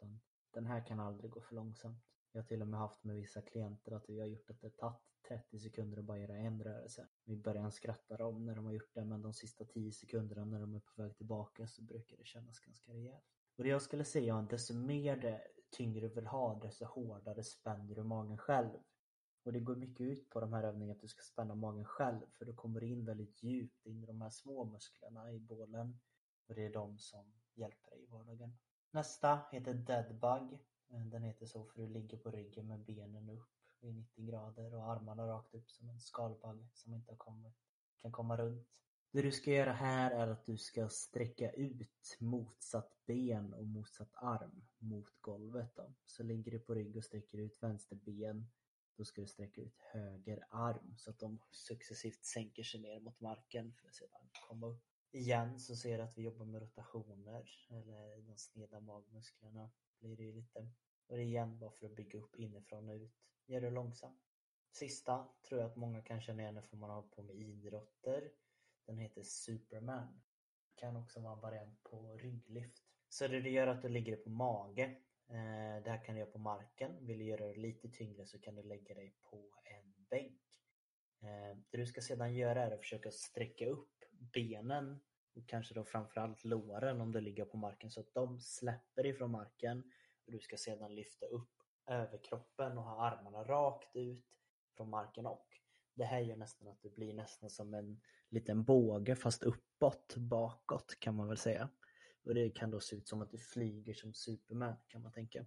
den här kan aldrig gå för långsamt. Jag har till och med haft med vissa klienter att vi har gjort att det tagit trettio sekunder att bara göra en rörelse. Vi börjar skratta dem när de har gjort det, men de sista tio sekunderna när de är på väg tillbaka så brukar det kännas ganska rejält. Och det jag skulle säga är att desto mer det tyngre du vill ha, desto hårdare spänner du magen själv. Och det går mycket ut på de här övningarna att du ska spänna magen själv, för du kommer in väldigt djupt in i de här små musklerna i bålen. Och det är de som hjälper dig i vardagen. Nästa heter Deadbug. Den heter så för att du ligger på ryggen med benen upp i nittio grader och armarna rakt upp som en skalbagge som inte har kommit, kan komma runt. Det du ska göra här är att du ska sträcka ut motsatt ben och motsatt arm mot golvet. Då. Så ligger du på rygg och sträcker ut vänster ben. Då ska du sträcka ut höger arm så att de successivt sänker sig ner mot marken för att sedan komma upp. Igen så ser du att vi jobbar med rotationer eller de sneda magmusklerna blir det lite. Och det är igen bara för att bygga upp inifrån och ut. Gör det långsamt. Sista tror jag att många kan känna igen när man har på med idrotter. Den heter Superman. Kan också vara en variant på rygglyft. Så det, det gör att du ligger på mage. Eh, det här kan du göra på marken. Vill du göra det lite tyngre så kan du lägga dig på en bänk. Eh, det du ska sedan göra är att försöka sträcka upp benen och kanske då framförallt låren om du ligger på marken så att de släpper ifrån marken. Och du ska sedan lyfta upp överkroppen och ha armarna rakt ut från marken och. Det här gör nästan att det blir nästan som en liten båge fast uppåt, bakåt kan man väl säga. Och det kan då se ut som att du flyger som Superman kan man tänka.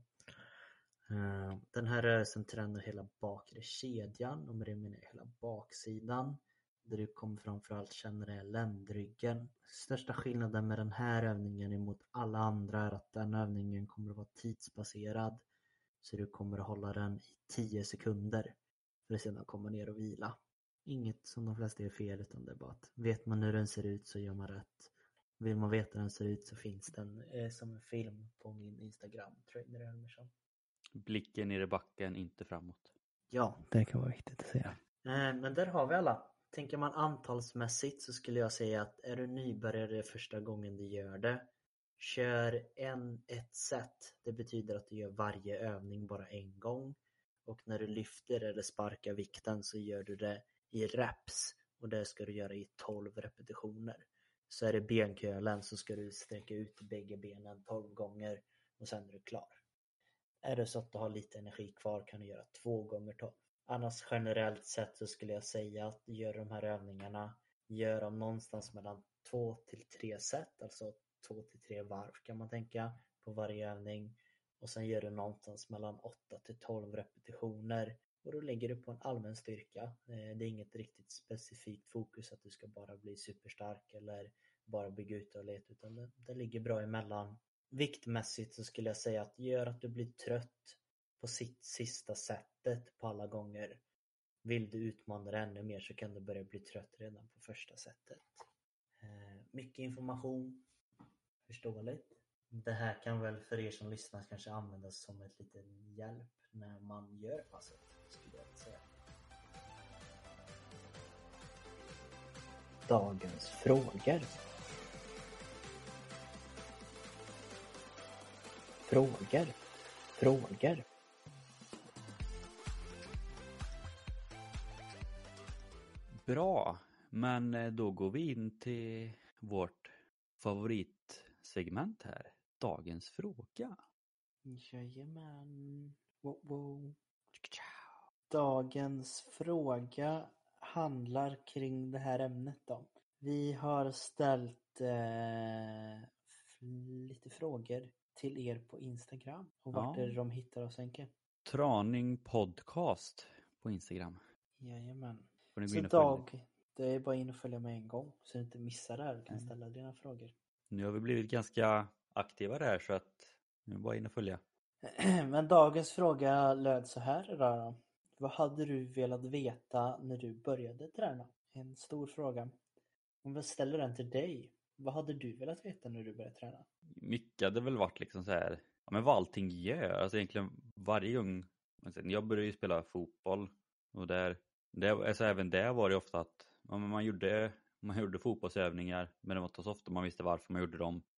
Den här rörelsen tränar hela bakre kedjan och med det menar jag hela baksidan. Där du kommer framförallt känna det är ländryggen. Största skillnaden med den här övningen emot alla andra är att den övningen kommer att vara tidsbaserad. Så du kommer att hålla den i tio sekunder. För att sedan komma ner och vila. Inget som de flesta är fel utan det är bara att vet man hur den ser ut så gör man rätt. Vill man veta hur den ser ut så finns den eh, som en film på min Instagram. Trainer Elmersson. Blicken ner i backen, inte framåt. Ja, det kan vara viktigt att säga. Eh, men där har vi alla. Tänker man antalsmässigt så skulle jag säga att är du nybörjare första gången du gör det. Kör en, ett set. Det betyder att du gör varje övning bara en gång. Och när du lyfter eller sparkar vikten så gör du det i reps. Och det ska du göra i tolv repetitioner. Så är det benkölen så ska du sträcka ut bägge benen tolv gånger. Och sen är du klar. Är det så att du har lite energi kvar kan du göra två gånger tolv. Annars generellt sett så skulle jag säga att du gör de här övningarna. Gör dem någonstans mellan två till tre set. Alltså två till tre varv kan man tänka på varje övning. Och sen gör du någonstans mellan åtta till tolv repetitioner. Och då lägger du på en allmän styrka. Det är inget riktigt specifikt fokus att du ska bara bli superstark eller bara bygga ut och leta. Utan det, det ligger bra emellan. Viktmässigt så skulle jag säga att gör att du blir trött på sitt sista setet på alla gånger. Vill du utmana det ännu mer så kan du börja bli trött redan på första setet. Eh, mycket information. Förståeligt. Det här kan väl för er som lyssnar kanske användas som ett liten hjälp när man gör passet, skulle jag säga. Dagens frågor. Frågor. Frågor. Bra, men då går vi in till vårt favoritsegment här. Dagens fråga. Jajamän. Wow, wow. Dagens fråga handlar kring det här ämnet då. Vi har ställt eh, lite frågor till er på Instagram. Och vart Ja. är det de hittar oss, Enke? Traning podcast på Instagram. Jajamän. Får ni gå Så in och Dag, följa. det är bara in och följa med en gång. Så du inte missar det här och kan Nej. ställa dina frågor. Nu har vi blivit ganska aktiva där så att nu är det bara in och följa. Men dagens fråga löd så här då. Vad hade du velat veta när du började träna? En stor fråga. Om vi ställer den till dig, vad hade du velat veta när du började träna? Mycket hade väl varit liksom så här, ja, men vad allting gör. Alltså egentligen varje gång, jag började ju spela fotboll och där, det, alltså även där var det ofta att ja, men man gjorde man gjorde fotbollsövningar men det var inte så ofta man visste varför man gjorde dem.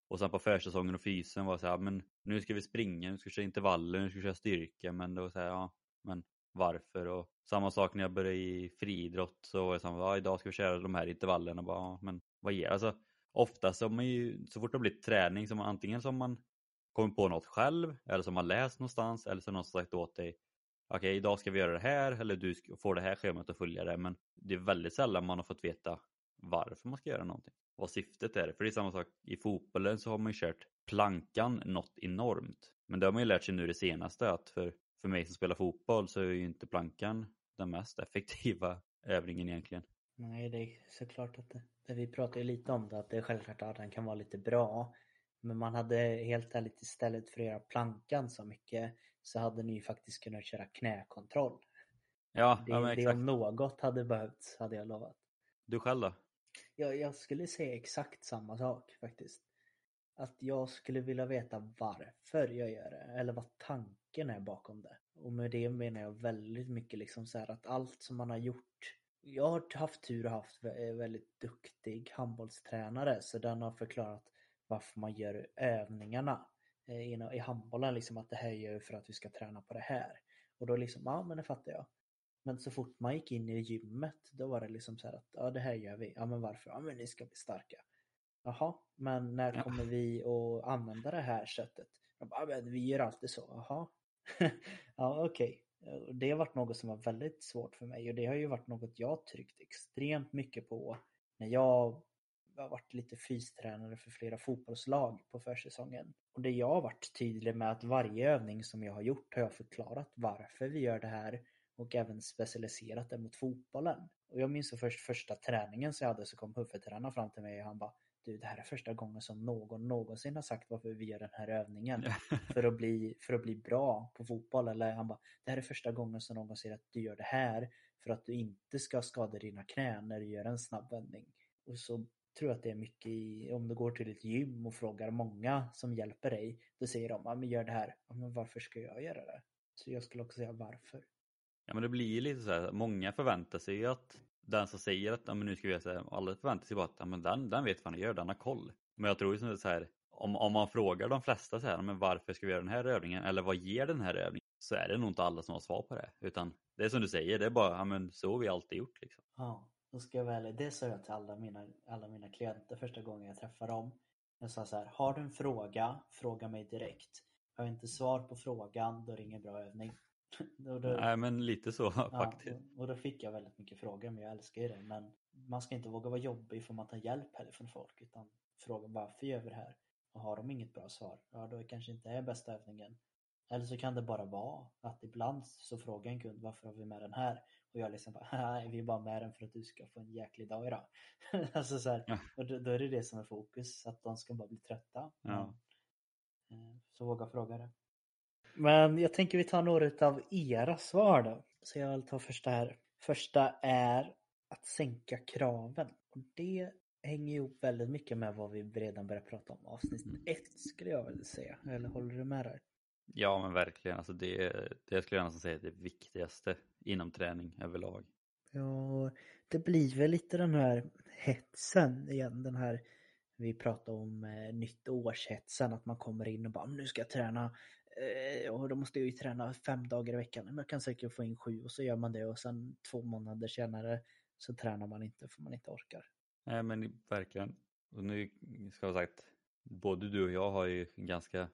Och sen på försäsongen och fysen var så här, men nu ska vi springa, nu ska vi köra intervaller, nu ska vi köra styrka. Men då säger ja, men varför? Och samma sak när jag började i friidrott, så var det samma, ja, idag ska vi köra de här intervallerna. Bara, ja, men vad ger det? Alltså, oftast så, man ju, så fort det blir träning, som antingen som man kommer på något själv, eller som man läst någonstans, eller som någon sagt åt dig, okej, okay, idag ska vi göra det här, eller du får det här schemat att följa det. Men det är väldigt sällan man har fått veta varför man ska göra någonting. Vad syftet är. För det är samma sak i fotbollen, så har man ju kört plankan något enormt. Men det har man ju lärt sig nu det senaste, att för, för mig som spelar fotboll så är ju inte plankan den mest effektiva övningen egentligen. Nej, det är såklart att det, det vi pratar ju lite om det, att det är självklart att den kan vara lite bra. Men man hade helt ärligt, istället för att göra plankan så mycket, så hade ni ju faktiskt kunnat köra knäkontroll. Ja, det, ja men det exakt. om något hade behövts, hade jag lovat. Du själv då? Jag, jag skulle säga exakt samma sak faktiskt. Att jag skulle vilja veta varför jag gör det, eller vad tanken är bakom det. Och med det menar jag väldigt mycket liksom så här att allt som man har gjort. Jag har haft tur och haft väldigt duktig handbollstränare, så den har förklarat varför man gör övningarna i handbollen, liksom att det här gör för att vi ska träna på det här. Och då liksom, ja men det fattar jag. Men så fort man gick in i gymmet, då var det liksom så här att ja, det här gör vi. Ja men varför? Ja men ni ska bli starka. Jaha, men när kommer ja. vi att använda det här sättet? Jag bara, men vi gör alltid så. Jaha. Ja okej. Okay. Det har varit något som var väldigt svårt för mig, och det har ju varit något jag tryckt extremt mycket på när jag har varit lite fystränare för flera fotbollslag på försäsongen. Och det jag har varit tydlig med, att varje övning som jag har gjort har jag förklarat varför vi gör det här, och även specialiserat det mot fotbollen. Och jag minns först första träningen så jag hade, så kom huvudtränaren fram till mig och han bara, du, det här är första gången som någon någonsin har sagt varför vi gör den här övningen för att bli, för att bli bra på fotboll. Eller han bara, det här är första gången som någon säger att du gör det här för att du inte ska skada dina knän när du gör en snabb vändning. Och så tror jag att det är mycket i, om du går till ett gym och frågar många som hjälper dig, då säger de, ja men gör det här. Ja, men varför ska jag göra det? Så jag skulle också säga varför. Ja men det blir ju lite så här, många förväntar sig ju att den som säger att ja, men nu ska vi göra så här, alla förväntar sig bara att ja, men den, den vet vad han gör, den har koll. Men jag tror ju som så här, om, om man frågar de flesta så här, men varför ska vi göra den här övningen, eller vad ger den här övningen, så är det nog inte alla som har svar på det. Utan det är som du säger, det är bara, ja men så har vi alltid gjort liksom. Ja, då ska jag välja. Det sa jag till alla mina, alla mina klienter första gången jag träffade dem. Jag sa så här, har du en fråga, fråga mig direkt. Har jag inte svar på frågan, då ringer bra övning. och då, Nej men lite så ja, faktiskt. Och, och då fick jag väldigt mycket frågor, men jag älskar ju det. Men man ska inte våga vara jobbig för man tar hjälp heller från folk, utan fråga varför gör vi det här? Och har de inget bra svar, ja då kanske inte är bästa övningen. Eller så kan det bara vara att ibland så frågar en kund, varför har vi med den här? Och jag liksom bara, nej vi är bara med den för att du ska få en jäklig dag idag. Alltså så här, ja. Och då, då är det det som är fokus, att de ska bara bli trötta. Ja. Men, så våga fråga det. Men jag tänker vi tar några av era svar då. Så jag vill ta första här. Första är att sänka kraven. Och det hänger ihop väldigt mycket med vad vi redan börjat prata om. Avsnitt mm. ett skulle jag väl säga. Eller håller du med där? Ja men verkligen. Alltså det, det skulle jag nästan säga är det viktigaste inom träning överlag. Ja, det blir väl lite den här hetsen igen. Den här, vi pratar om eh, nyttårshetsen. Att man kommer in och bara, nu ska jag träna. Eh, och då måste jag ju träna fem dagar i veckan. Men jag kan säkert få in sju, och så gör man det. Och sen två månader senare så tränar man inte för man inte orkar. Nej men verkligen. Och nu ska jag ha sagt, både du och jag har ju ganska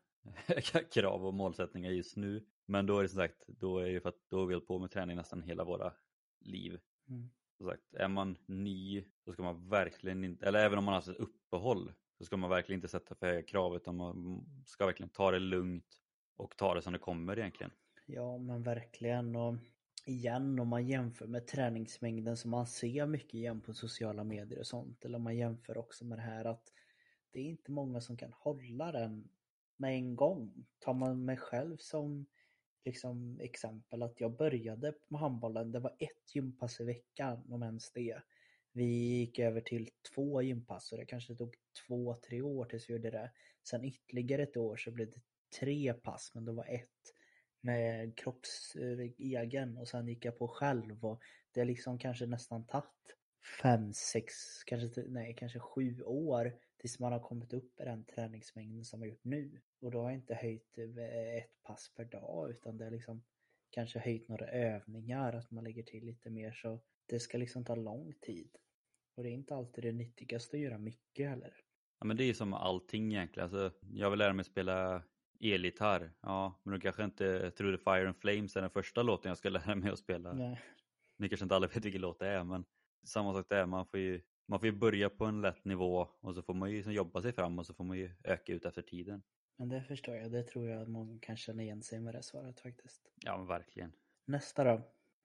krav och målsättningar just nu. Men då är det som sagt, då är det för att då har vi hållit på med träning nästan hela våra liv. Mm. Som sagt, är man ny så ska man verkligen inte, eller även om man har ett uppehåll, så ska man verkligen inte sätta för höga krav, utan man ska verkligen ta det lugnt och ta det som det kommer egentligen. Ja men verkligen, och igen om man jämför med träningsmängden som man ser mycket igen på sociala medier och sånt, eller om man jämför också med det här att det är inte många som kan hålla den med en gång. Tar man mig själv som liksom exempel, att jag började med handbollen, det var ett gympass i veckan om ens det. Vi gick över till två gympass och det kanske tog två, tre år tills vi gjorde det. Sen ytterligare ett år så blev det tre pass, men det var ett med kroppsegen, och sen gick jag på själv, och det är liksom kanske nästan tagit fem, sex, kanske, nej, kanske sju år tills man har kommit upp i den träningsmängden som man gjort nu. Och då har jag inte höjt ett pass per dag, utan det är liksom kanske höjt några övningar, att man lägger till lite mer, så det ska liksom ta lång tid. Och det är inte alltid det nyttigaste att göra mycket heller. Ja, men det är ju som allting egentligen. Alltså, jag vill lära mig spela elgitarr. Ja, men då kanske inte Through the Fire and Flames är den första låten jag ska lära mig att spela. Nej. Ni kanske inte alla vet vilken låt det är, men samma sak där. Man får ju, man får ju börja på en lätt nivå och så får man ju liksom jobba sig fram och så får man ju öka ut efter tiden. Men det förstår jag. Det tror jag att många kan känna igen sig med det svaret faktiskt. Ja, men verkligen. Nästa då.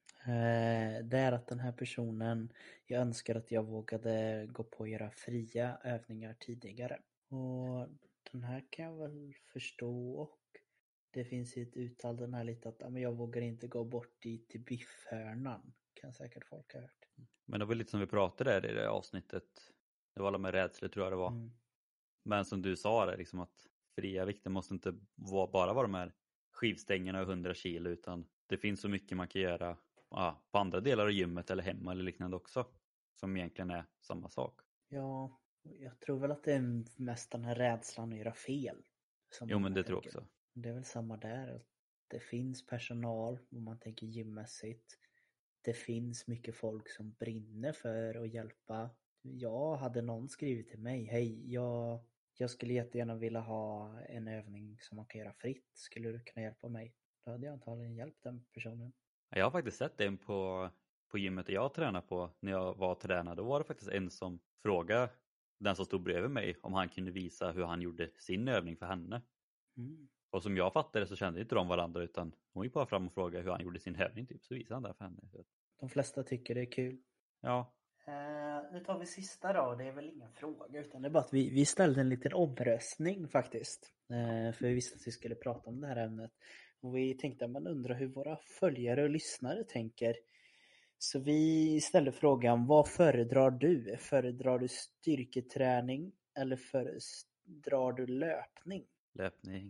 Eh, det är att den här personen, jag önskar att jag vågade gå på att göra fria övningar tidigare. Och den här kan jag väl förstå, och det finns ju ett uttal den här lite att men jag vågar inte gå bort dit till biffhörnan. Kan säkert folk ha hört. Men det var lite som vi pratade där i det avsnittet. Det var alla med rädsla, tror jag det var. Mm. Men som du sa där, liksom att fria vikter måste inte vara, bara vara de här skivstängerna och hundra kilo, utan det finns så mycket man kan göra ja, på andra delar av gymmet eller hemma eller liknande också, som egentligen är samma sak. Ja, jag tror väl att det är mest den här rädslan att göra fel. Som Jo, men det tänker. tror jag också. Det är väl samma där. Det finns personal, om man tänker gymmässigt. Det finns mycket folk som brinner för att hjälpa. Jag hade någon skrivit till mig, hej, jag, jag skulle jättegärna vilja ha en övning som man kan göra fritt. Skulle du kunna hjälpa mig? Då hade jag antagligen hjälpt den personen. Jag har faktiskt sett en på, på gymmet jag tränar på när jag var tränad. Då var det faktiskt en som frågade den som stod bredvid mig om han kunde visa hur han gjorde sin övning för henne. Mm. Och som jag fattade så kände inte de varandra, utan hon gick bara fram och frågade hur han gjorde sin övning typ, så visade han det för henne. De flesta tycker det är kul. Ja. Uh, nu tar vi sista då. Det är väl ingen fråga, utan det är bara att vi, vi ställde en liten omröstning faktiskt. Uh, för vi visste att vi skulle prata om det här ämnet. Och vi tänkte att man undrar hur våra följare och lyssnare tänker. Så vi ställde frågan, vad föredrar du? Föredrar du styrketräning eller föredrar du löpning? Löpning.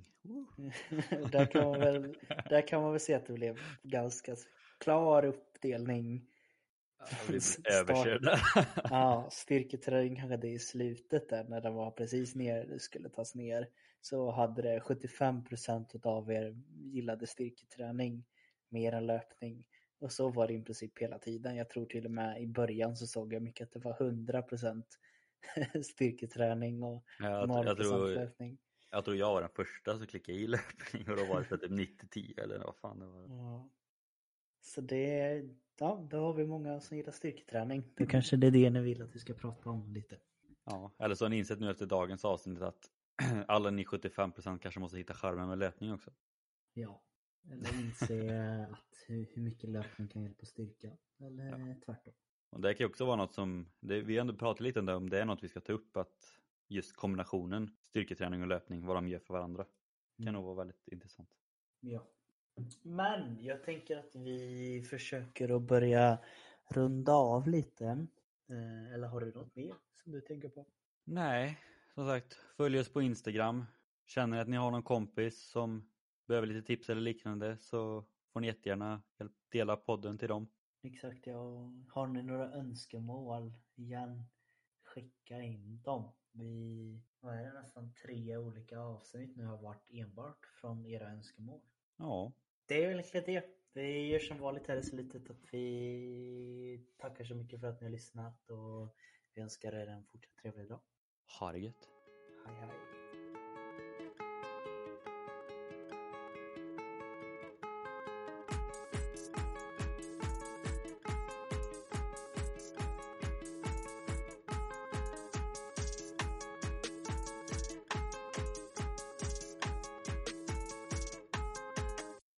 Och där kan man väl, där kan man väl se att det blev ganska klar uppdelning. Överkörda. Ja, styrketräning kanske det i slutet där när den var precis ner, det skulle tas ner, så hade det sjuttiofem procent av er gillade styrketräning mer än löpning, och så var det i princip hela tiden. Jag tror till och med i början så såg jag mycket att det var hundra procent styrketräning och Ja, noll procent jag, tror, löpning. Jag tror jag var den första som klickade i löpning och då var det typ nittio tio eller vad fan det var. Ja. Så det, ja, då har vi många som gillar styrketräning. Då kanske det är det ni vill att vi ska prata om lite. Ja, eller så har ni insett nu efter dagens avsnitt att alla ni sjuttiofem procent kanske måste hitta charmen med löpning också. Ja, eller inse att hur, hur mycket löpning kan hjälpa styrka. Eller ja. Tvärtom. Och det kan ju också vara något som, det, vi har ändå pratat lite om det, om det är något vi ska ta upp, att just kombinationen styrketräning och löpning, vad de gör för varandra. Det kan mm. nog vara väldigt intressant. Ja. Men jag tänker att vi försöker att börja runda av lite. Eller har du något mer som du tänker på? Nej, som sagt, följ oss på Instagram. Känner att ni har någon kompis som behöver lite tips eller liknande, så får ni jättegärna dela podden till dem. Exakt, ja. Har ni några önskemål igen, skicka in dem. Vi vad är det, nästan tre olika avsnitt nu har varit enbart från era önskemål. Ja. Det är egentligen det. Vi gör som vanligt här i slutet att vi tackar så mycket för att ni har lyssnat och vi önskar er en fortsatt trevlig dag. Ha det gött. Hej hej.